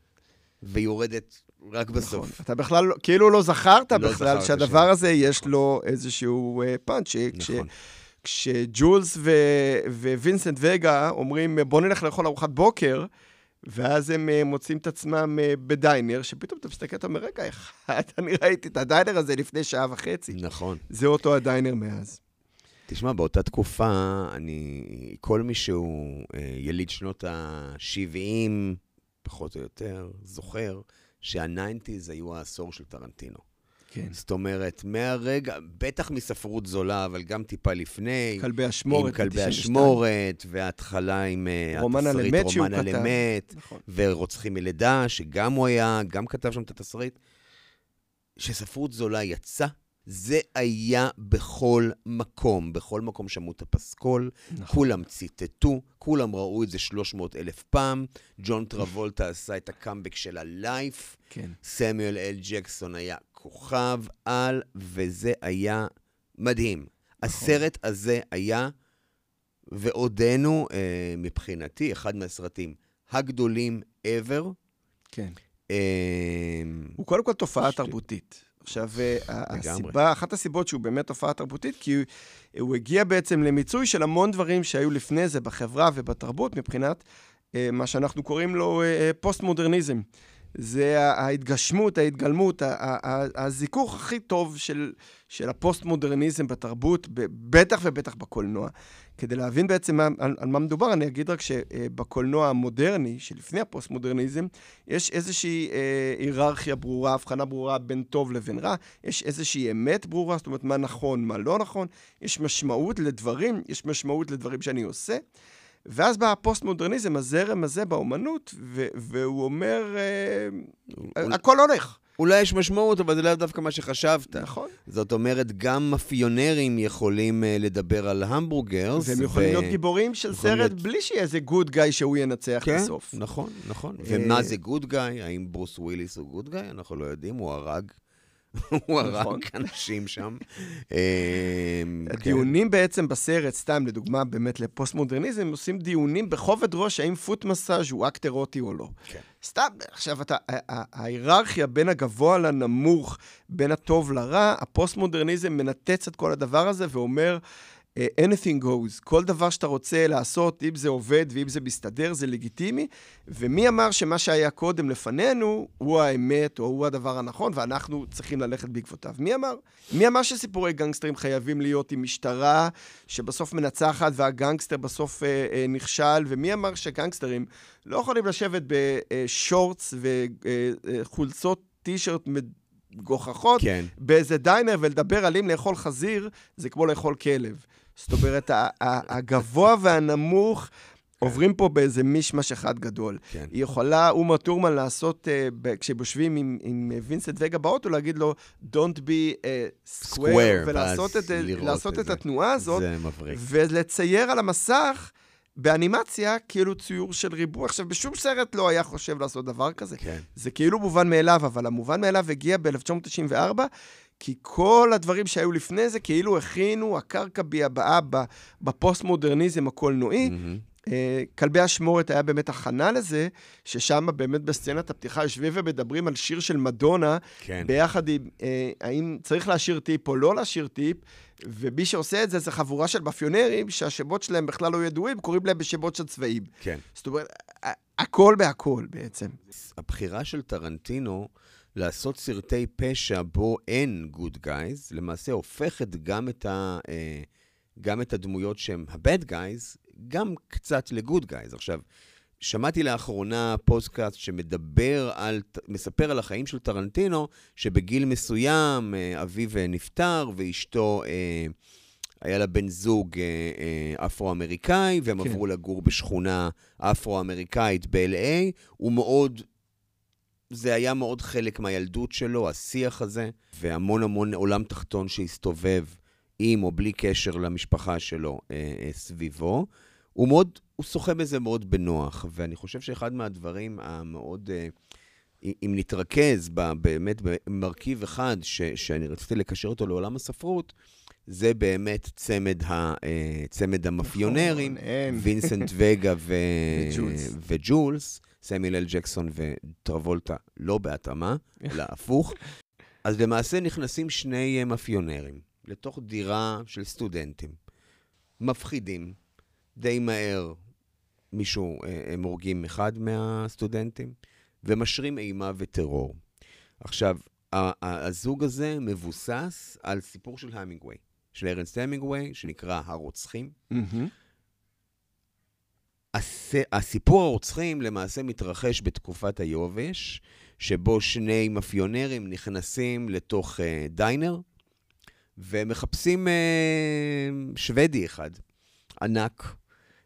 ויורדת רק בסוף. נכון. אתה בכלל, כאילו לא זכרת לא בכלל זכרת שהדבר הזה יש לו איזשהו פאנץ'. נכון. כשג'ולס ווינסנט וגה אומרים, בוא נלך לאכול ארוחת בוקר, ואז הם מוצאים את עצמם בדיינר, שפתאום אתה מסתכל, אתה אומר, רגע, אני ראיתי את הדיינר הזה לפני שעה וחצי. נכון. זה אותו הדיינר מאז. תשמע, באותה תקופה, כל מי שהוא יליד שנות ה-70, פחות או יותר, זוכר שה-90s היו העשור של טרנטינו. כן. זאת אומרת, מהרגע, בטח מספרות זולה, אבל גם טיפה לפני. כלבי השמורת. עם כלבי השמורת, וההתחלה עם התסריט רומן על אמת, נכון. ורוצחים מלידה, שגם הוא היה, גם כתב שם את התסריט. שספרות זולה יצא, זה היה בכל מקום שמעו את הפסקול, נכון. כולם ציטטו, כולם ראו את זה 300,000 פעם, ג'ון טרבולטה עשה את הקאמבק של הלייף, כן. סמיואל אל ג'קסון היה כוכב על, וזה היה מדהים. נכון. הסרט הזה היה, ועודנו מבחינתי, אחד מהסרטים הגדולים ever. כן. הוא קודם כל תופעה תרבותית. עכשיו, אחת הסיבות שהוא באמת תופעה תרבותית, כי הוא הגיע בעצם למיצוי של המון דברים שהיו לפני זה בחברה ובתרבות, מבחינת מה שאנחנו קוראים לו פוסט-מודרניזם. זה ההתגשמות, ההתגלמות, הזיכוך הכי טוב של הפוסט-מודרניזם בתרבות, בטח ובטח בקולנוע. כדי להבין בעצם על מה מדובר, אני אגיד רק שבקולנוע המודרני, שלפני הפוסט-מודרניזם, יש איזושהי היררכיה ברורה, הבחנה ברורה בין טוב לבין רע, יש איזושהי אמת ברורה, זאת אומרת מה נכון, מה לא נכון, יש משמעות לדברים, יש משמעות לדברים שאני עושה, ואז בא הפוסט-מודרניזם, הזרם הזה באומנות, והוא אומר, הכל הולך. אולי יש משמעות, אבל זה לא דווקא מה שחשבת. נכון. זאת אומרת, גם מאפיונרים יכולים לדבר על המבורגרס. והם יכולים להיות גיבורים של סרט בלי שיהיה איזה גוד גאי שהוא ינצח בסוף. כן, נכון, נכון. ומה זה גוד גאי? האם ברוס וויליס הוא גוד גאי? אנחנו לא יודעים, הוא הרג. הוא הרג אנשים שם. הדיונים בעצם בסרט, סתם לדוגמה, באמת לפוסט-מודרניזם, עושים דיונים בכובד ראש, האם פוט מסאז' הוא אקט אירוטי או לא. סתם, עכשיו, ההיררכיה בין הגבוה לנמוך, בין הטוב לרע, הפוסט-מודרניזם מנתץ את כל הדבר הזה ואומר, anything goes, כל דבר שאתה רוצה לעשות, אם זה עובד ואם זה מסתדר, זה לגיטימי, ומי אמר שמה שהיה קודם לפנינו, הוא האמת או הוא הדבר הנכון, ואנחנו צריכים ללכת בעקבותיו. מי אמר? מי אמר שסיפורי גנגסטרים חייבים להיות עם משטרה, שבסוף מנצחת והגנגסטר בסוף נכשל, ומי אמר שגנגסטרים לא יכולים לשבת בשורטס וחולצות טישרט גוחכות, כן. באיזה דיינר ולדבר על אם לאכול חזיר, זה כמו לאכול כלב. זאת אומרת, הגבוה והנמוך עוברים פה באיזה מישמש אחד גדול. כן. היא יכולה, אומה טורמן, לעשות, כשבושבים עם וינסנט וגה באוטו, להגיד לו, don't be square, ולעשות את התנועה הזאת, ולצייר על המסך, באנימציה, כאילו ציור של ריבוע. עכשיו, בשום סרט לא היה חושב לעשות דבר כזה. כן. זה כאילו מובן מאליו, אבל המובן מאליו הגיע ב-1994, כי כל הדברים שהיו לפני זה, כאילו הכינו הקרקע הבאה בפוסט-מודרניזם הקולנועי. כלבי השמורת היה באמת הכנה לזה, ששם באמת בסצנת הפתיחה יושבים ומדברים על שיר של מדונה, כן. ביחד עם, האם צריך להשאיר טיפ או לא להשאיר טיפ, ומי שעושה את זה, זה חבורה של מאפיונרים, שהשמות שלהם בכלל לא ידועים, קוראים להם בשמות של צבעים. כן. זאת אומרת, הכל בהכל בעצם. הבחירה של טרנטינו לעשות סרטי פשע בו אין good guys, למעשה הופכת גם את הדמויות שהם ה-bad guys, גם קצת ל-good guys. עכשיו, שמעתי לאחרונה פודקאסט מספר על החיים של טרנטינו, שבגיל מסוים אביו נפטר, ואשתו היה לה בן זוג אפרו-אמריקאי, והם עברו לגור בשכונה אפרו-אמריקאית ב-LA, זה היה מאוד חלק מהילדות שלו, השיח הזה, והמון עולם תחתון שהסתובב עם או בלי קשר למשפחה שלו סביבו. הוא שוחה בזה מאוד בנוח, ואני חושב שאחד מהדברים המאוד, אם נתרכז באמת במרכיב אחד, שאני רציתי לקשר אותו לעולם הספרות, זה באמת צמד המאפיונרים, וינסנט וגה וג'ולס, סמיואל אל ג'קסון וטרבולטה, לא בהתאמה, אלא הפוך. אז למעשה נכנסים שני מאפיונרים לתוך דירה של סטודנטים. מפחידים, די מהר מישהו, הם הורגים אחד מהסטודנטים, ומשרים אימה וטרור. עכשיו, הזוג הזה מבוסס על סיפור של המינגווי, של ארנסט המינגווי, שנקרא הרוצחים. הסיפור הרוצחים למעשה מתרחש בתקופת היובש, שבו שני מאפיונרים נכנסים לתוך דיינר, ומחפשים שוודי אחד, ענק,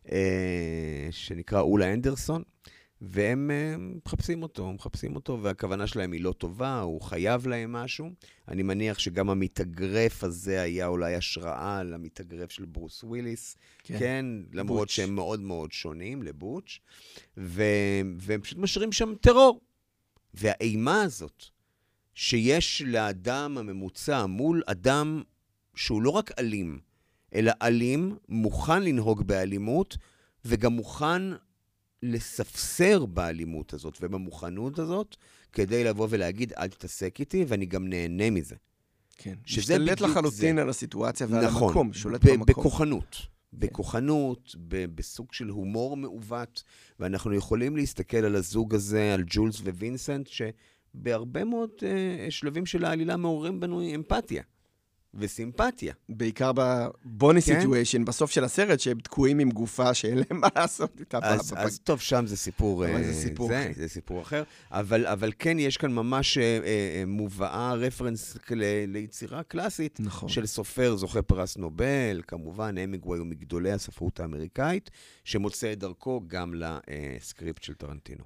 שנקרא אולה אנדרסון, והם מחפשים אותו, והכוונה שלהם היא לא טובה, הוא חייב להם משהו. אני מניח שגם המתאגרף הזה היה אולי השראה למתאגרף של ברוס וויליס, כן, למרות שהם מאוד מאוד שונים לבוץ', והם פשוט משאירים שם טרור. והאימה הזאת, שיש לאדם הממוצע מול אדם שהוא לא רק אלים, אלא אלים, מוכן לנהוג באלימות, וגם מוכן לספסר באלימות הזאת ובמוכנות הזאת, כדי לבוא ולהגיד, אל תתעסק איתי, ואני גם נהנה מזה. כן, משתלט לחלוטין על הסיטואציה ועל המקום, שולט במקום. בכוחנות, בסוג של הומור מעוות, ואנחנו יכולים להסתכל על הזוג הזה, על ג'ולס ווינסנט, שבהרבה מאוד שלבים של העלילה מעוררים בנו אמפתיה. וסימפתיה. בעיקר בבוני סיטואשן, בסוף של הסרט, שהם תקועים עם גופה שאין להם מה לעשות איתה. אז טוב, שם זה סיפור, זה סיפור אחר. אבל כן, יש כאן ממש מובאה, רפרנס ליצירה קלאסית, של סופר זוכה פרס נובל, כמובן, המינגווי הוא מגדולי הספרות האמריקאית, שמוצא את דרכו גם לסקריפט של טרנטינו.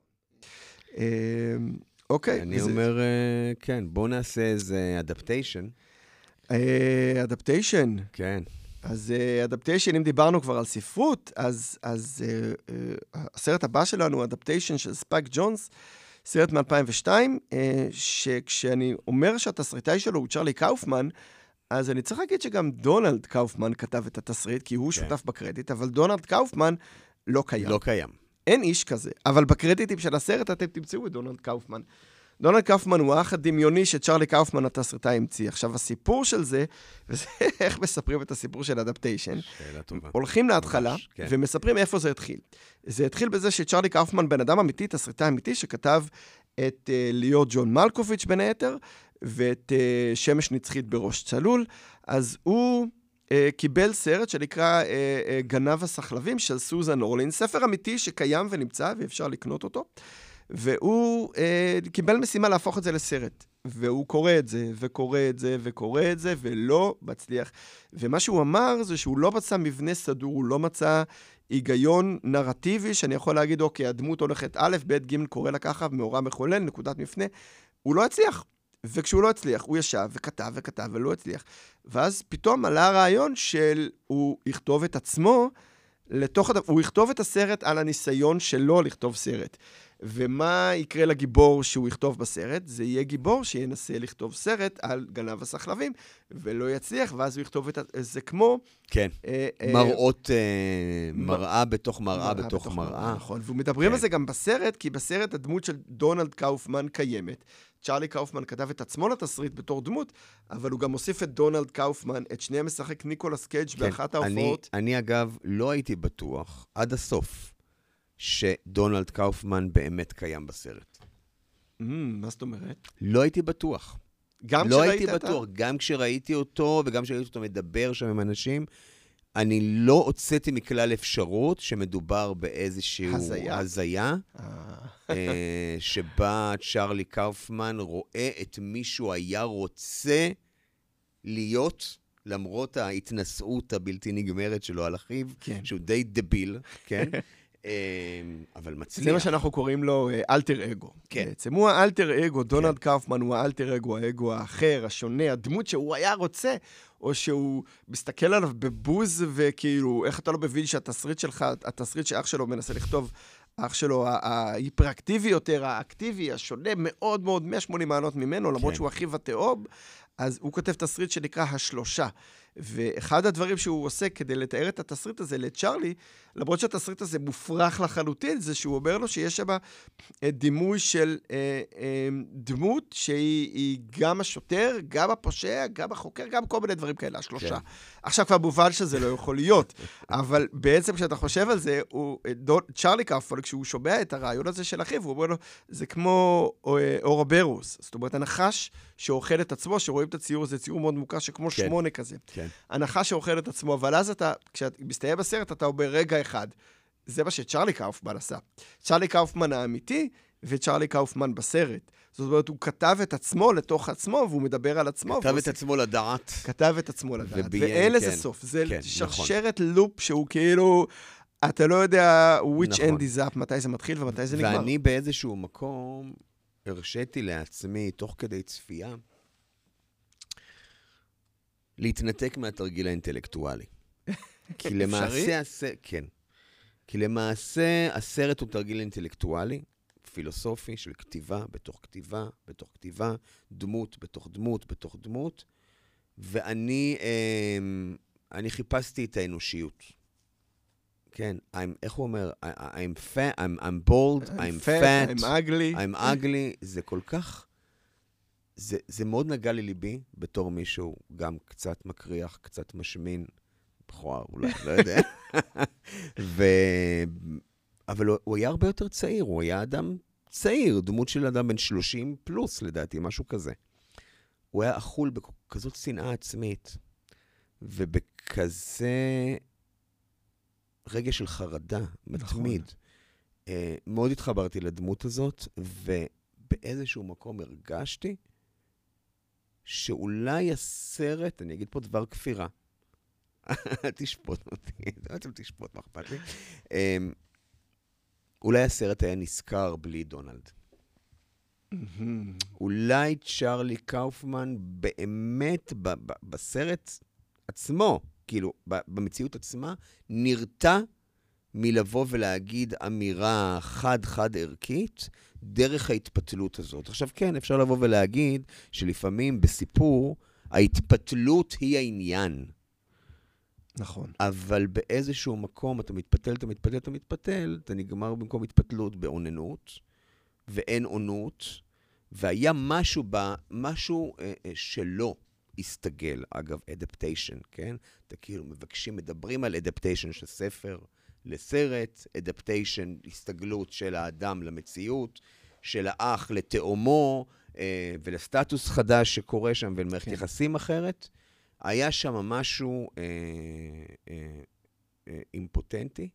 אוקיי. אני אומר, כן, בואו נעשה איזה אדפטיישן. אדפטיישן. כן. אז אדפטיישן, אם דיברנו כבר על ספרות, אז הסרט הבא שלנו, אדפטיישן של ספייק ג'ונס, סרט מ-2002, שכשאני אומר שהתסריטאי שלו הוא צ'רלי קאופמן, אז אני צריך להגיד שגם דונלד קאופמן כתב את התסריט, כי הוא שותף בקרדיט, אבל דונלד קאופמן לא קיים. לא קיים. אין איש כזה, אבל בקרדיטים של הסרט אתם תמצאו את דונלד קאופמן. דונלד קאופמן הוא האח הדמיוני שצ'רלי קאופמן התסריטאי המציא. עכשיו, הסיפור של זה, וזה איך מספרים את הסיפור של אדפטיישן, הולכים להתחלה ומספרים איפה זה התחיל. זה התחיל בזה שצ'רלי קאופמן, בן אדם אמיתי, תסריטאי אמיתי, שכתב את להיות ג'ון מלקוביץ' בין היתר, ואת שמש נצחית בראש צלול. אז הוא קיבל סרט שנקרא גנב הסחלבים של סוזן אורלין, ספר אמיתי שקיים ונמצא ואפשר לקנות אותו. והוא קיבל משימה להפוך את זה לסרט. והוא קורא את זה, וקורא את זה, וקורא את זה, ולא מצליח. ומה שהוא אמר זה שהוא לא מצא מבנה סדור, הוא לא מצא היגיון נרטיבי, שאני יכול להגיד, אוקיי, הדמות הולכת א', ב', ג', קורא לה ככה, מאורע מחולל, נקודת מפנה. הוא לא הצליח. וכשהוא לא הצליח, הוא ישב וכתב וכתב ולא הצליח. ואז פתאום עלה הרעיון של הוא יכתוב את עצמו הוא יכתוב את הסרט על הניסיון שלו לכתוב סרט. ומה יקרה לגיבור שהוא יכתוב בסרט? זה יהיה גיבור שינסה לכתוב סרט על גנב הסחלבים, ולא יצליח, ואז הוא יכתוב את זה כמו... כן, מראות, מראה בתוך מראה בתוך מראה. נכון, ומדברים על זה גם בסרט, כי בסרט הדמות של דונלד קאופמן קיימת. צ'רלי קאופמן כתב את עצמו לתסריט בתור דמות, אבל הוא גם מוסיף את דונלד קאופמן, את שניהם משחק ניקולס קייג' באחת ההופעות. אני אגב לא הייתי בטוח עד הסוף שדונלד קאופמן באמת קיים בסרט. מה זאת אומרת? לא הייתי בטוח. גם לא הייתי בטוח, גם כשראיתי אותו וגם כשראיתי אותו מדבר שם עם אנשים, אני לא הוצאתי מכלל אפשרות שמדובר באיזושהי הזיה, שבה צ'רלי קאופמן רואה את מישהו היה רוצה להיות, למרות ההתנסות הבלתי נגמרת שלו על אחיו, שהוא די דביל, כן? אבל מצליח. זה מה שאנחנו קוראים לו אלטר אגו. בעצם הוא האלטר אגו, דונלד קאופמן הוא האלטר אגו, האגו האחר, השונה, הדמות שהוא היה רוצה, או שהוא מסתכל עליו בבוז, וכאילו, איך אתה לא מבין שהתסריט שלך, התסריט שאח שלו מנסה לכתוב, אח שלו ההיפראקטיבי יותר, האקטיבי, השונה, מאוד מאוד 180 מעלות ממנו, למרות שהוא אחיו התאוב, אז הוא כותב תסריט שנקרא השלושה. ואחד הדברים שהוא עושה כדי לתאר את התסריט הזה לצ'רלי, למרות שהתסריט הזה מופרך לחלוטין, זה שהוא אומר לו שיש שם דימוי של דמות שהיא גם השוטר, גם הפושע, גם החוקר, גם כל מיני דברים כאלה, השלושה. עכשיו כבר מובן שזה לא יכול להיות, אבל בעצם כשאתה חושב על זה, צ'רלי קאופמן, כשהוא שומע את הרעיון הזה של אחיו, הוא אומר לו, זה כמו אורוברוס, זאת אומרת, הנחש שאוכל את עצמו, שרואים את הציור, זה ציור מאוד מוכר, שכמו 8 כזה. הנחש שאוכל את עצמו, אבל אז כשאתה מסתיים בסרט, אתה אומר רגע אחד. זה מה שצ'רלי קאופמן עשה. צ'רלי קאופמן האמיתי, וצ'רלי קאופמן בסרט. זאת אומרת, הוא כתב את עצמו לתוך עצמו, והוא מדבר על עצמו. כתב את עצמו לדעת. כתב את עצמו לדעת. ואין לזה סוף. זה שרשרת לופ שהוא כאילו, אתה לא יודע which end is up, מתי זה מתחיל ומתי זה נגמר. ואני באיזשהו מקום הרשיתי לעצמי, תוך כדי צפייה, להתנתק מהתרגיל האינטלקטואלי. כי למעשה, כן. כי למעשה הסרט הוא תרגיל אינטלקטואלי, פילוסופי של כתיבה בתוך כתיבה, בתוך כתיבה, דמות בתוך דמות, בתוך דמות, ואני חיפשתי את האנושיות. כן, איך הוא אומר? I'm bold, I'm fat, I'm ugly. I'm ugly, זה כל כך, זה מאוד נגע לליבי, בתור מישהו גם קצת מקריח, קצת משמין, בכוער, אולי, לא יודע. אבל הוא היה הרבה יותר צעיר, הוא היה אדם צעיר, דמות של אדם בן 30 פלוס, לדעתי, משהו כזה. הוא היה אכול בכזאת שנאה עצמית, ובכזה רגע של חרדה, מתמיד. מאוד התחברתי לדמות הזאת, ובאיזשהו מקום הרגשתי שאולי הסרט, אני אגיד פה דבר כפירה, תשפוט אותי, אתם תשפוט, מה אכפת לי? אולי הסרט היה נזכר בלי דונלד. אולי צ'רלי קאופמן באמת בסרט עצמו, כאילו במציאות עצמה, נרתע מלבוא ולהגיד אמירה חד ערכית דרך ההתפתלות הזאת. עכשיו כן, אפשר לבוא ולהגיד שלפעמים בסיפור ההתפתלות היא העניין. נכון. אבל באיזשהו מקום אתה מתפתל, אתה נגמר במקום התפתלות בעוננות, ואין עונות, והיה משהו שלא הסתגל, אגב, adaptation, כן? אתה כאילו מדברים על adaptation של ספר לסרט, adaptation, הסתגלות של האדם למציאות, של האח לתאומו, ולסטטוס חדש שקורה שם, ולמערכת יחסים אחרת. היה שם משהו אימפוטנטי,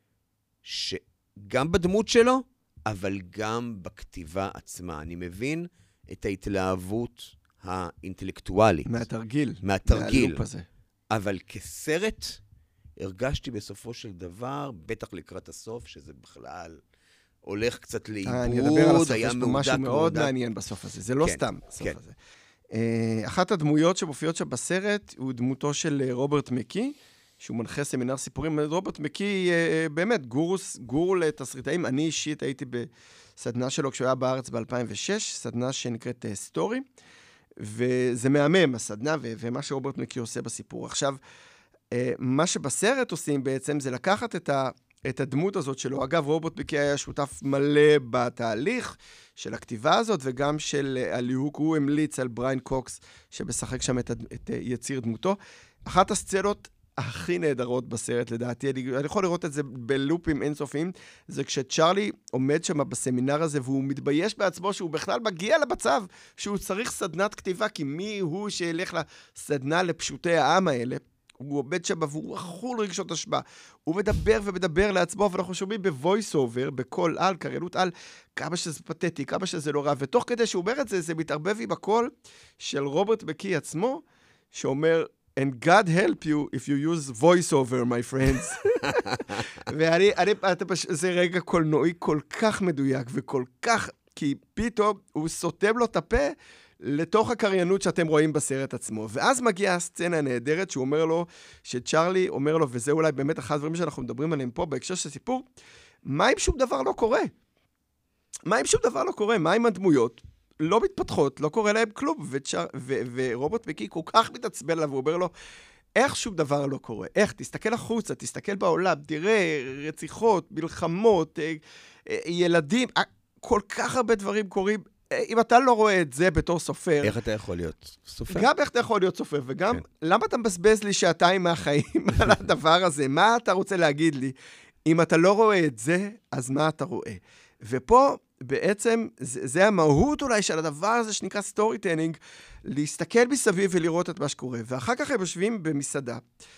שגם בדמות שלו, אבל גם בכתיבה עצמה. אני מבין את ההתלהבות האינטלקטואלית. מהתרגיל. מהלופ הזה. אבל כסרט, הרגשתי בסופו של דבר, בטח לקראת הסוף, שזה בכלל הולך קצת לאיבוד. אני אדבר על הסוף, יש פה משהו מאוד מעניין בסוף הזה. זה לא סתם הסוף הזה. אחת הדמויות שמופיעות שם בסרט, הוא דמותו של רוברט מקי, שהוא מנחה סמינר סיפורים. רוברט מקי, באמת, גורו לתסריטאים. אני אישית הייתי בסדנה שלו כשהוא היה בארץ ב-2006, סדנה שנקראת סטורי, וזה מהמם, הסדנה, ומה שרוברט מקי עושה בסיפור. עכשיו, מה שבסרט עושים בעצם, זה לקחת את הדמות הזאת שלו. אגב, רוברט מקי היה שותף מלא בתהליך של הכתיבה הזאת, וגם של הליהוק, הוא המליץ על בריין קוקס, שמשחק שם את יציר דמותו. אחת הסצנות הכי נהדרות בסרט, לדעתי, אני יכול לראות את זה בלופים אינסופיים, זה כשצ'רלי עומד שם בסמינר הזה, והוא מתבייש בעצמו שהוא בכלל מגיע למצב שהוא צריך סדנת כתיבה, כי מי הוא שילך לסדנה לפשוטי העם האלה? הוא עומד שם והוא אכול רגשות אשמה. הוא מדבר ומדבר לעצמו, ואנחנו שומעים בוויס אובר, בקול על, קריינות על, כמה שזה פתטי, כמה שזה לא רע. ותוך כדי שהוא אומר את זה, זה מתערבב עם הקול של רוברט מקי עצמו, שאומר, And God help you if you use voice over, my friends. זה רגע קולנועי כל כך מדויק, וכל כך, כי פתאום הוא סותם לו את הפה, לתוך הקריינות שאתם רואים בסרט עצמו. ואז מגיעה הסצנה הנהדרת שהוא אומר לו, שצ'רלי אומר לו, וזה אולי באמת אחד הדברים שאנחנו מדברים עליהם פה, בהקשר של סיפור, מה אם שום דבר לא קורה? מה אם שום דבר לא קורה? מה אם הדמויות לא מתפתחות, לא קורה להם כלום? ורובוט מקי כל כך מתעצבן עליו, הוא אומר לו, איך שום דבר לא קורה? איך? תסתכל החוצה, תסתכל בעולם, תראה רציחות, מלחמות, ילדים, כל כך הרבה דברים קורים. אם אתה לא רואה את זה בתור סופר... איך אתה יכול להיות סופר? גם איך אתה יכול להיות סופר, וגם למה אתה מבזבז לי שעתיים מהחיים על הדבר הזה? מה אתה רוצה להגיד לי? אם אתה לא רואה את זה, אז מה אתה רואה? ופה בעצם זה המהות אולי של הדבר הזה שנקרא סטורי טיילינג, להסתכל מסביב ולראות את מה שקורה. ואחר כך הם יושבים במסעדה,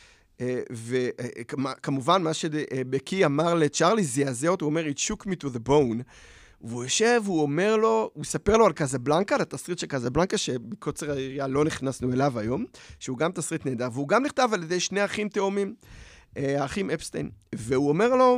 וכמובן מה שבקי אמר לצ'רלי זעזע אותו, הוא אומר, it shook me to the bone. והוא יושב, הוא אומר לו, הוא ספר לו על קזבלנקה, על התסריט של קזבלנקה, שבקוצר היריעה לא נכנסנו אליו היום, שהוא גם תסריט נהדר, והוא גם נכתב על ידי שני אחים תאומים, האחים אפסטיין, והוא אומר לו,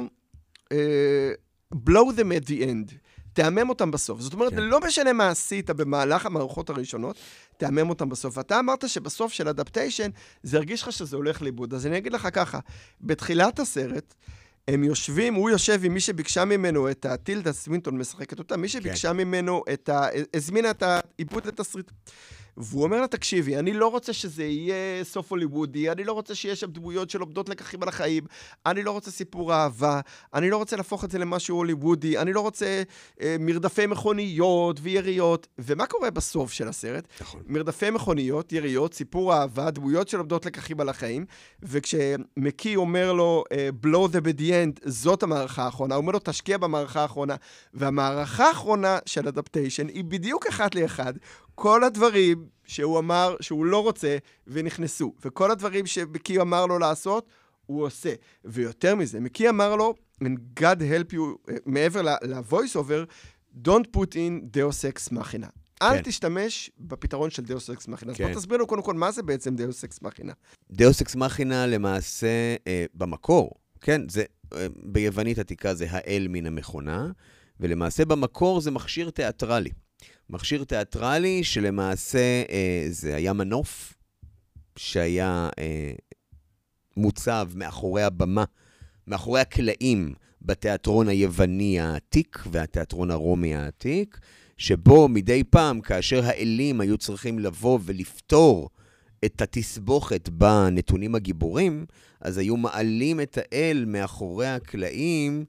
blow them at the end, תאמם אותם בסוף. זאת אומרת, לא משנה מה עשית במהלך המערכות הראשונות, תאמם אותם בסוף. ואתה אמרת שבסוף של אדפטיישן, זה הרגיש לך שזה הולך לאיבוד. אז אני אגיד לך ככה, בתחילת הסרט, הם יושבים, הוא יושב עם מי שביקשה ממנו את טילדה סווינטון, משחקת אותה, מי שביקשה ממנו הזמינה את העיבוד לתסריט. והוא אומר לה, תקשיבי, אני לא רוצה שזה יהיה סוף הוליוודי, אני לא רוצה שיש שם דמויות שלומדות לקחים על החיים, אני לא רוצה סיפור אהבה, אני לא רוצה להפוך את זה למשהו הוליוודי, אני לא רוצה מרדפי מכוניות ויריות. ומה קורה בסוף של הסרט? נכון. מרדפי מכוניות, יריות, סיפור אהבה, דמויות שלומדות לקחים על החיים, וכשמקי אומר לו, blow the bad end, זאת המערכה האחרונה, הוא אומר לו, תשקיע במערכה האחרונה, והמערכה האחרונה של אדפטיישן היא בדיוק אחד לאחד, כל הדברים שהוא אמר שהוא לא רוצה ונכנסו, וכל הדברים שמקי אמר לו לעשות, הוא עושה. ויותר מזה, מקי אמר לו, and God help you, מעבר ל-voice over, don't put in Deus Ex Machina. אל תשתמש בפתרון של Deus Ex Machina. אז בוא תסביר לו קודם כל, מה זה בעצם Deus Ex Machina? Deus Ex Machina למעשה במקור, כן, זה ביוונית עתיקה זה האל מן המכונה, ולמעשה במקור זה מכשיר תיאטרלי. מכשיר תיאטרלי שלמעשה זה היה מנוף שהיה מוצב מאחורי הבמה, מאחורי הקלעים בתיאטרון היווני העתיק והתיאטרון הרומי העתיק, שבו מדי פעם כאשר האלים היו צריכים לבוא ולפתור את התסבוכת בנתונים הגיבורים, אז היו מעלים את האל מאחורי הקלעים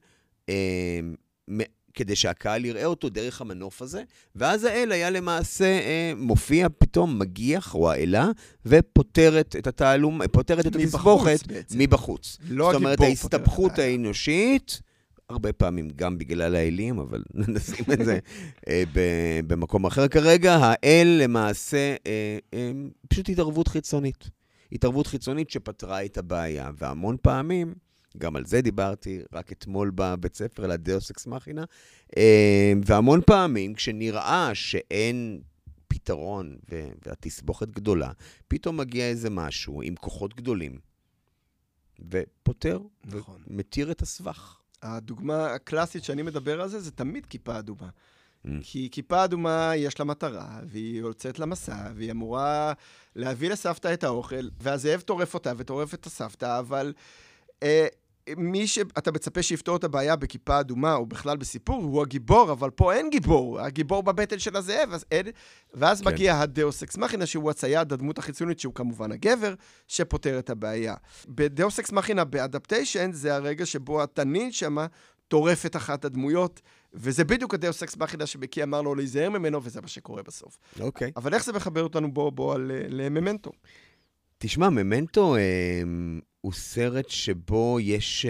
כדי שהקהל יראה אותו דרך המנוף הזה, ואז האל היה למעשה מופיע פתאום, מגיח, או האלה, ופותרת את התעלום, פותרת את התסבוכת מבחוץ. לא זאת אומרת, ההסתבכות האנושית, הרבה פעמים גם בגלל האלים, אבל נשים את זה במקום אחר כרגע, האל למעשה פשוט התערבות חיצונית. התערבות חיצונית שפתרה את הבעיה, והמון פעמים, גם על זה דיברתי רק אתמול בבית ספר, על הדאוס אקס מכינה, והמון פעמים כשנראה שאין פתרון והתסבוכת גדולה, פתאום מגיע איזה משהו עם כוחות גדולים, ופותר, נכון. ומתיר את הסבך. הדוגמה הקלאסית שאני מדבר על זה, זה תמיד כיפה אדומה. כי כיפה אדומה יש לה מטרה, והיא יוצאת למסע, והיא אמורה להביא לסבתא את האוכל, והזאב טורף אותה וטורף את הסבתא, אבל מי שאתה מצפה שיפתור את הבעיה בכיפה אדומה, או בכלל בסיפור, הוא הגיבור, אבל פה אין גיבור. הגיבור בבטן של הזאב, אז אין. ואז כן. מגיע הדאוס אקס מכינה, שהוא הצייד, הדמות החיצונית, שהוא כמובן הגבר, שפותר את הבעיה. בדאוס אקס מכינה, באדפטיישן, זה הרגע שבו התנין שמה טורף את אחת הדמויות, וזה בדיוק הדאוס אקס מכינה שבקי אמר לו להיזהר ממנו, וזה מה שקורה בסוף. אוקיי. אבל איך זה מחבר אותנו בו לממנטו? תשמע, ממנטו הוא סרט שבו יש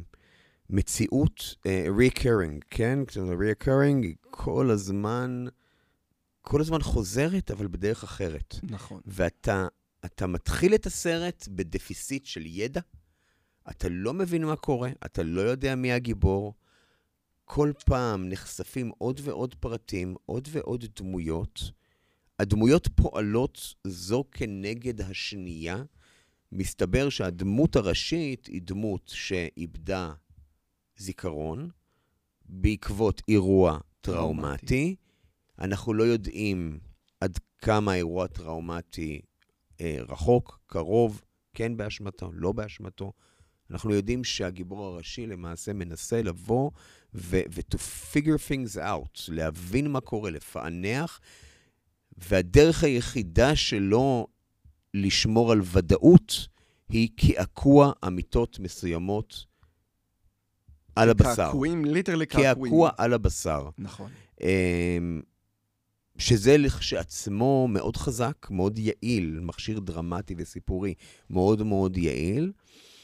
מציאות recurring, כן? recurring היא כל הזמן חוזרת, אבל בדרך אחרת. נכון. ואתה מתחיל את הסרט בדפיסיט של ידע, אתה לא מבין מה קורה, אתה לא יודע מי הגיבור, כל פעם נחשפים עוד ועוד פרטים, עוד ועוד דמויות, הדמויות פועלות זו כנגד השנייה, מסתבר שהדמות הראשית היא דמות שאיבדה זיכרון, בעקבות אירוע טראומטי. אנחנו לא יודעים עד כמה אירוע טראומטי רחוק, קרוב, כן באשמתו, לא באשמתו. אנחנו יודעים שהגיבור הראשי למעשה מנסה לבוא ו-to figure things out, להבין מה קורה, לפענח, והדרך היחידה שלו לשמור על ודאות היא קעקוע אמיתות מסוימות על הבשר. קעקועים, ליטרלי קעקועים. קעקוע על הבשר. נכון. שזה לכשעצמו מאוד חזק, מאוד יעיל, מכשיר דרמטי וסיפורי, מאוד מאוד יעיל.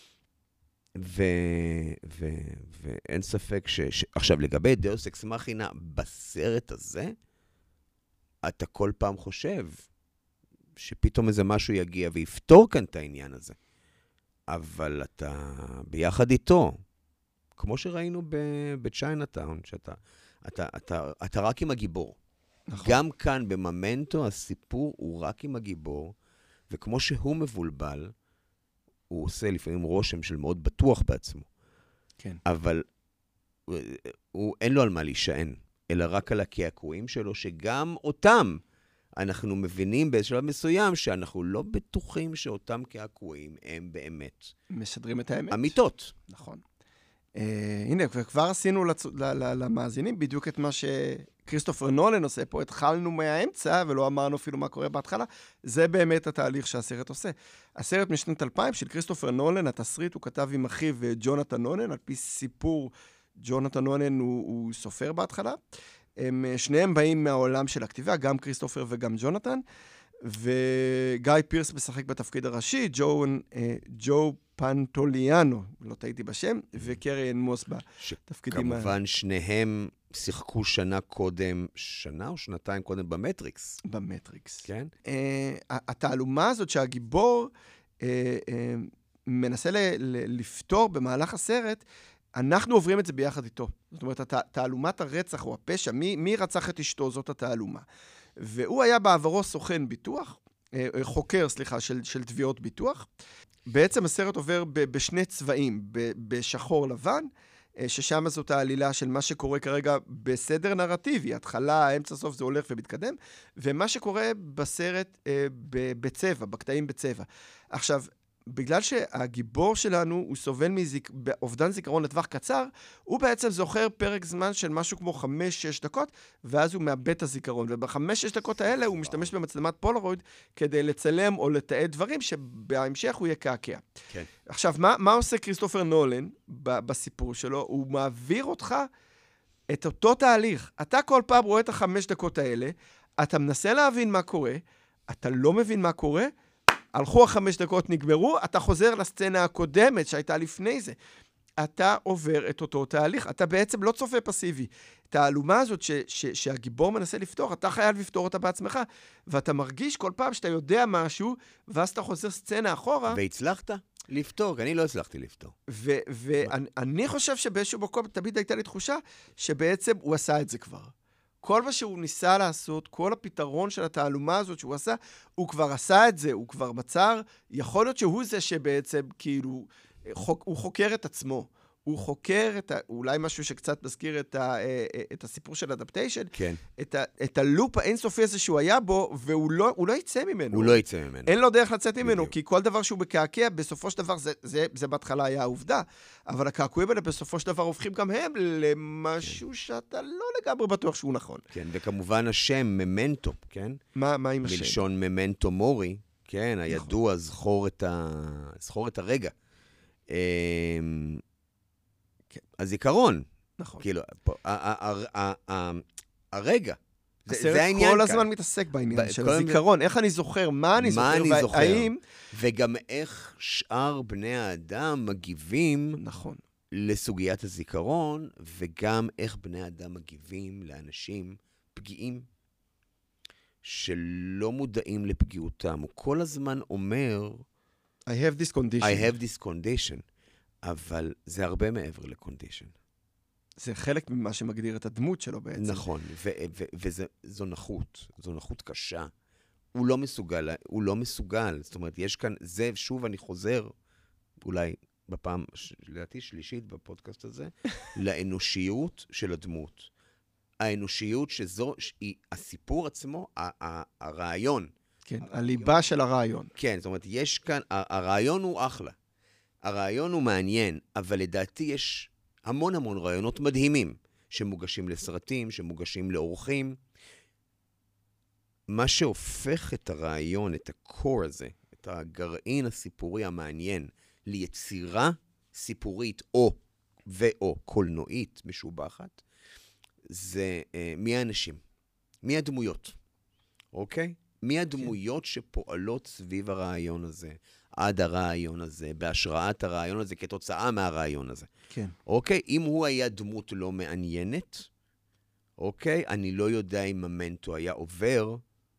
ואין ספק עכשיו, לגבי דאוס אקס מכינה, בסרט הזה, אתה כל פעם חושב שפתאום איזה משהו יגיע ויפתור כאן את העניין הזה. אבל אתה ביחד איתו, כמו שראינו בצ'יינאטאון, אתה רק עם הגיבור. נכון. גם כאן בממנטו הסיפור הוא רק עם הגיבור, וכמו שהוא מבולבל, הוא עושה לפעמים רושם של מאוד בטוח בעצמו. כן. אבל אין לו על מה להישען, אלא רק על הקעקועים שלו, שגם אותם אנחנו מבינים באיזשהו מסוים, שאנחנו לא בטוחים שאותם קעקועים הם באמת. משדרים את האמת. אמיתות. נכון. הנה, כבר עשינו למאזינים בדיוק את מה שכריסטופר נולן עושה פה, התחלנו מהאמצע ולא אמרנו אפילו מה קורה בהתחלה, זה באמת התהליך שהסרט עושה. הסרט משנת 2000 של כריסטופר נולן, התסריט הוא כתב עם אחיו ג'ונתן נולן, על פי סיפור, ג'ונתן נולן הוא סופר בהתחלה, הם שניהם באים מהעולם של הכתיבה, גם כריסטופר וגם ג'ונתן, וגיא פירס משחק בתפקיד הראשי, ג'ו פנטוליאנו, לא טעיתי בשם, וקריאן מוס בתפקידים. כמובן שניהם שיחקו שנה או שנתיים קודם במטריקס. במטריקס. כן. התעלומה הזאת שהגיבור מנסה לפתור במהלך הסרט, אנחנו עוברים את זה ביחד איתו. זאת אומרת, תעלומת הרצח או הפשע, מי רצח את אשתו, זאת התעלומה. והוא היה בעברו סוכן ביטוח, חוקר, של תביעות ביטוח. בעצם הסרט עובר בשני צבעים, בשחור לבן, ששם זאת העלילה של מה שקורה כרגע בסדר נרטיבי, התחלה, האמצע, סוף, זה הולך ומתקדם, ומה שקורה בסרט בצבע, בקטעים בצבע. עכשיו, בגלל שהגיבור שלנו הוא סובל באובדן זיכרון לטווח קצר, הוא בעצם זוכר פרק זמן של משהו כמו 5-6 דקות, ואז הוא מאבד את הזיכרון. וב5-6 דקות האלה הוא משתמש במצלמת פולרויד כדי לצלם או לתעד דברים שבהמשך הוא יקעקע. כן. עכשיו, מה עושה כריסטופר נולן בסיפור שלו? הוא מעביר אותך את אותו תהליך. אתה כל פעם רואה את 5 דקות האלה, אתה מנסה להבין מה קורה, אתה לא מבין מה קורה, הלכו 5 דקות, נגמרו, אתה חוזר לסצנה הקודמת שהייתה לפני זה. אתה עובר את אותו תהליך, אתה בעצם לא צופה פסיבי. התעלומה הזאת שהגיבור מנסה לפתור, אתה חייב לפתור אותה בעצמך, ואתה מרגיש כל פעם שאתה יודע משהו, ואז אתה חוזר סצנה אחורה. והצלחת לפתור, אני לא הצלחתי לפתור. ואני חושב שבאיזשהו מקום תמיד הייתה לי תחושה שבעצם הוא עשה את זה כבר. כל מה שהוא ניסה לעשות, כל הפתרון של התעלומה הזאת שהוא עשה, הוא כבר עשה את זה, הוא כבר מצר. יכול להיות שהוא זה שבעצם, כאילו, הוא חוקר את עצמו. הוא חוקר אולי משהו שקצת מזכיר את הסיפור של אדפטיישן. כן. את הלופ האינסופי הזה שהוא היה בו, והוא לא יצא ממנו. הוא לא יצא ממנו. אין לו דרך לצאת ממנו, כי כל דבר שהוא מקעקע, בסופו של דבר, זה בהתחלה היה העובדה. אבל הקעקועים האלה בסופו של דבר הופכים גם הם למשהו שאתה לא לגמרי בטוח שהוא נכון. כן, וכמובן השם, ממנטו, כן? מה עם השם? מלשון ממנטו מורי, כן, הידוע, זכור את הרגע. הזיכרון. נכון. כאילו, הרגע. זה העניין כאן. כל הזמן מתעסק בעניין של הזיכרון. איך אני זוכר, מה אני זוכר, וגם איך שאר בני האדם מגיבים נכון. לסוגיית הזיכרון, וגם איך בני האדם מגיבים לאנשים פגיעים, שלא מודעים לפגיעותם. הוא כל הזמן אומר, I have this condition. I have this condition. אבל זה הרבה מעבר לקונדישן. זה חלק ממה שמגדיר את הדמות שלו בעצם. נכון, וזו נכות, זו נכות קשה. הוא לא מסוגל, זאת אומרת, יש כאן, זה שוב אני חוזר, אולי בפעם, לדעתי שלישית בפודקאסט הזה, לאנושיות של הדמות. האנושיות שזו, היא הסיפור עצמו, הרעיון. כן, הליבה של הרעיון. כן, זאת אומרת, יש כאן, הרעיון הוא אחלה. הרעיון הוא מעניין, אבל לדעתי יש המון רעיונות מדהימים שמוגשים לסרטים, שמוגשים לאורחים. מה שהופך את הרעיון, את הקור הזה, את הגרעין הסיפורי המעניין ליצירה סיפורית או קולנועית משובחת, זה מי האנשים, מי הדמויות, אוקיי? מי הדמויות שפועלות סביב הרעיון הזה, עד הרעיון הזה, בהשראת הרעיון הזה, כתוצאה מהרעיון הזה. כן. אוקיי? אם הוא היה דמות לא מעניינת, אוקיי? אני לא יודע אם ממנטו היה עובר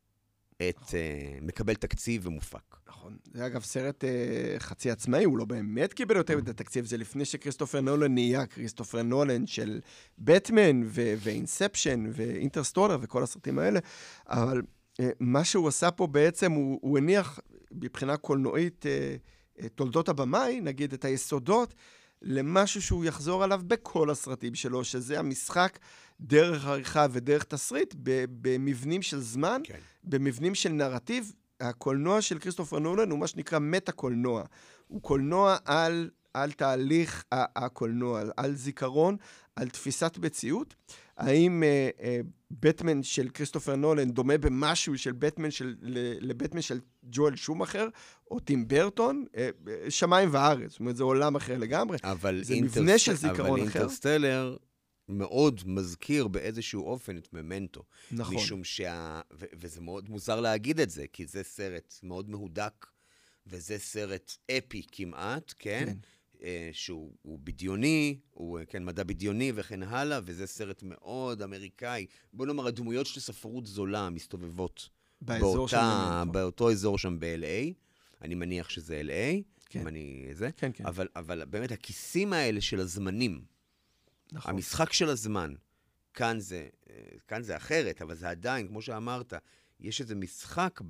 מקבל תקציב ומופק. נכון. זה אגב סרט חצי עצמאי, הוא לא באמת קיבל יותר את התקציב, זה לפני שכריסטופר נולן נהיה כריסטופר נולן של בטמן ואינספשן ואינטרסטולר וכל הסרטים האלה, אבל מה שהוא עשה פה בעצם, הוא הניח מבחינה קולנועית תולדות הבמאי, נגיד את היסודות, למשהו שהוא יחזור עליו בכל הסרטים שלו, שזה המשחק דרך עריכה ודרך תסריט, במבנים של זמן, כן. במבנים של נרטיב. הקולנוע של כריסטופר נולן הוא מה שנקרא מטה-קולנוע. הוא קולנוע על תהליך הקולנוע, על זיכרון, על תפיסת מציאות. האם בטמן של כריסטופר נולן דומה במשהו של בטמן לבטמן של ג'ואל שומאחר, או טים ברטון? שמיים וארץ, זאת אומרת, זה עולם אחר לגמרי. זה מבנה של זיכרון אחר. אבל אינטרסטלר מאוד מזכיר באיזשהו אופן את ממנטו. נכון. משום וזה מאוד מוזר להגיד את זה, כי זה סרט מאוד מהודק, וזה סרט אפי כמעט, כן? שהוא בדיוני, הוא כן, מדע בדיוני וכן הלאה, וזה סרט מאוד אמריקאי. בוא נאמר, הדמויות של ספרות זולה מסתובבות באותו אזור שם ב-LA. אני מניח שזה LA. כן. כן, כן. אבל באמת הכיסים האלה של הזמנים, נכון. המשחק של הזמן, כאן זה אחרת, אבל זה עדיין, כמו שאמרת, יש איזה משחק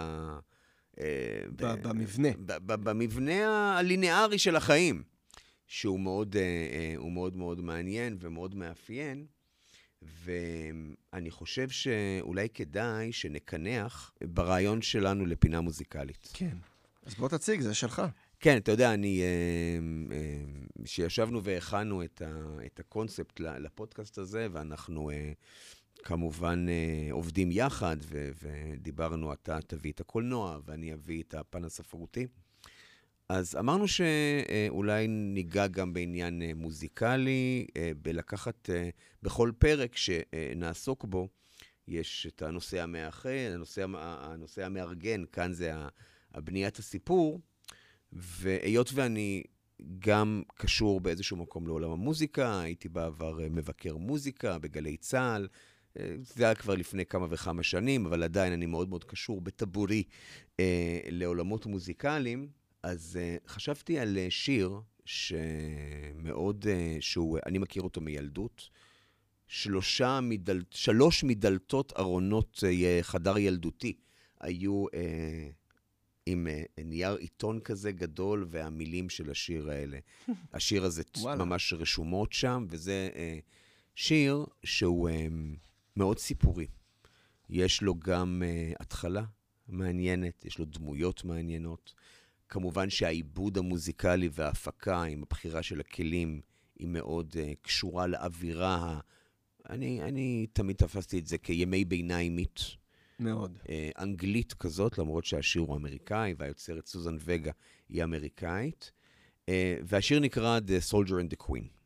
במבנה. במבנה הליניארי של החיים, שהוא מאוד מאוד מעניין ומאוד מאפיין, ואני חושב שאולי כדאי שנקנח ברעיון שלנו לפינה מוזיקלית. כן. אז בוא תציג, זה שלך. כן, אתה יודע, שישבנו והכנו את הקונספט לפודקאסט הזה, ואנחנו כמובן עובדים יחד, ודיברנו, אתה תביא את הקולנוע, ואני אביא את הפן הספרותי. אז אמרנו שאולי ניגע גם בעניין מוזיקלי, בלקחת בכל פרק שנעסוק בו, יש את הנושא המאחד, הנושא המארגן, כאן זה הבניית הסיפור, והיות ואני גם קשור באיזשהו מקום לעולם המוזיקה, הייתי בעבר מבקר מוזיקה בגלי צהל, זה היה כבר לפני כמה וכמה שנים, אבל עדיין אני מאוד מאוד קשור בטבורי לעולמות מוזיקליים, אז חשבתי על שיר אני מכיר אותו מילדות, 3 מדלתות ארונות חדר ילדותי היו עם נייר עיתון כזה גדול, והמילים של השיר האלה. השיר הזה ממש רשומות שם, וזה שיר שהוא מאוד סיפורי. יש לו גם התחלה מעניינת, יש לו דמויות מעניינות. כמובן שהעיבוד המוזיקלי וההפקה עם הבחירה של הכלים היא מאוד קשורה לאווירה. אני תמיד תפסתי את זה כימי ביניימית. מאוד. אנגלית כזאת, למרות שהשיר הוא אמריקאי, והיוצרת סוזן וגה היא אמריקאית. והשיר נקרא The Soldier and the Queen.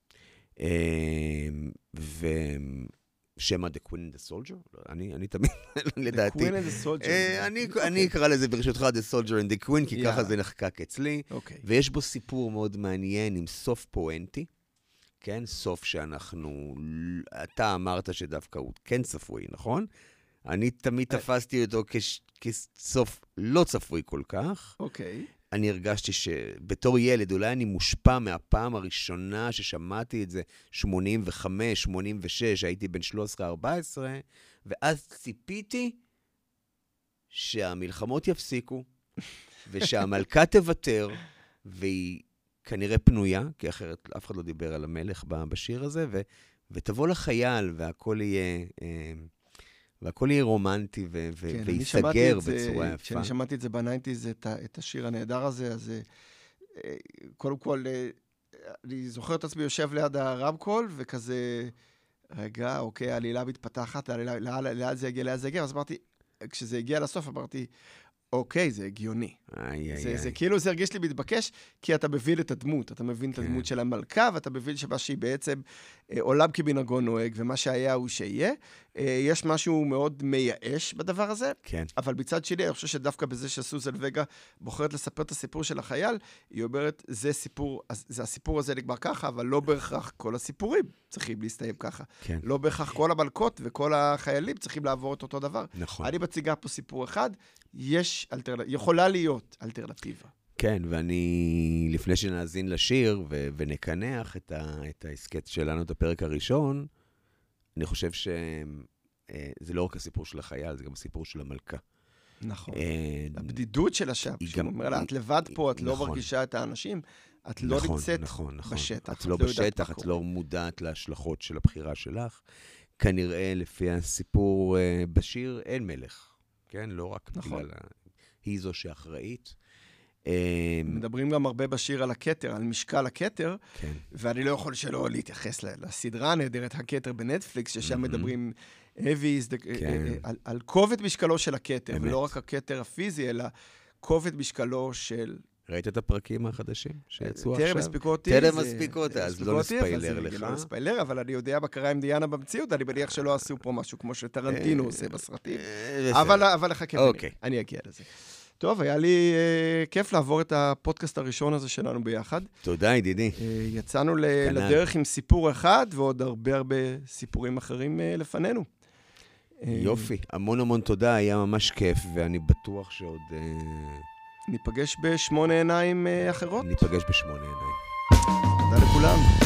ושמה The Queen and the Soldier? אני תמיד, לדעתי. The Queen and the Soldier. אני אקרא לזה ברשותך The Soldier and the Queen, כי ככה זה נחקק אצלי. ויש בו סיפור מאוד מעניין עם סוף פואנטי. כן, סוף אתה אמרת שדווקא הוא כן צפוי, נכון? אני תמיד תפסתי אותו כסוף לא צפוי כל כך. אוקיי. אני הרגשתי שבתור ילד, אולי אני מושפע מהפעם הראשונה ששמעתי את זה, 85, 86, הייתי בן 13-14, ואז ציפיתי שהמלחמות יפסיקו, ושהמלכה תוותר, והיא כנראה פנויה, כי אחרת אף אחד לא דיבר על המלך בשיר הזה, ותבוא לחייל, והכל יהיה רומנטי ויסגר בצורה יפה. כשאני שמעתי את זה בניינטיז, את השיר הנהדר הזה, אז קודם כל, אני זוכר את עצמי יושב ליד הרמקול, וכזה, רגע, אוקיי, העלילה מתפתחת, לאן זה יגיע, אז אמרתי, כשזה הגיע לסוף, אמרתי, אוקיי, זה הגיוני. זה כאילו, זה הרגיש לי מתבקש, כי אתה מבין את הדמות, אתה מבין את הדמות של המלכה, ואתה מבין שמה שהיא בעצם עולם כמנהגו נוהג, ומה שהיה הוא שיהיה. יש משהו מאוד מייאש בדבר הזה, אבל בצד שלי, אני חושב שדווקא בזה שסוזן וגה בוחרת לספר את הסיפור של החייל, היא אומרת, זה הסיפור הזה נגמר ככה, אבל לא בהכרח כל הסיפורים צריכים להסתיים ככה. לא בהכרח כל המלכות וכל החיילים צריכים לעבור את אותו דבר. נכון. אני מציגה פה סיפור אחד, יכולה להיות אלטרנטיבה. כן, ואני, לפני שנאזין לשיר ונקנח את העסקת שלנו, את הפרק הראשון, אני חושב שזה לא רק הסיפור של החייל, זה גם הסיפור של המלכה. נכון. הבדידות של השם, שהוא אומר לה, את לבד פה, את לא מרגישה את האנשים, את לא נמצאת בשטח. את לא בשטח, את לא מודעת להשלכות של הבחירה שלך. כנראה, לפי הסיפור בשיר, אין מלך. כן, לא רק בגלל... היא זו שאחראית. מדברים גם הרבה בשיר על הכתר, על משקל הכתר, ואני לא יכול שלא להתייחס לסדרה הנהדרת הכתר בנטפליקס, ששם מדברים על כובד משקלו של הכתר, ולא רק הכתר הפיזי, אלא כובד משקלו של... ראית את הפרקים החדשים שיצאו עכשיו? טרם הספיקות, אז לא נספיילר לך. לא נספיילר, אבל אני יודע מה קרה עם דיאנה במציאות, אני מניח שלא עשו פה משהו כמו שטרנטינו עושה בסרטים. אבל לחכה, אני אגיע לזה. טוב, היה לי כיף לעבור את הפודקאסט הראשון הזה שלנו ביחד. תודה, ידידי. יצאנו לדרך עם סיפור אחד, ועוד הרבה סיפורים אחרים לפנינו. יופי, המון תודה, היה ממש כיף, ואני בטוח שעוד... ניפגש בשמונה עיניים אחרות? ניפגש בשמונה עיניים. תודה לכולם.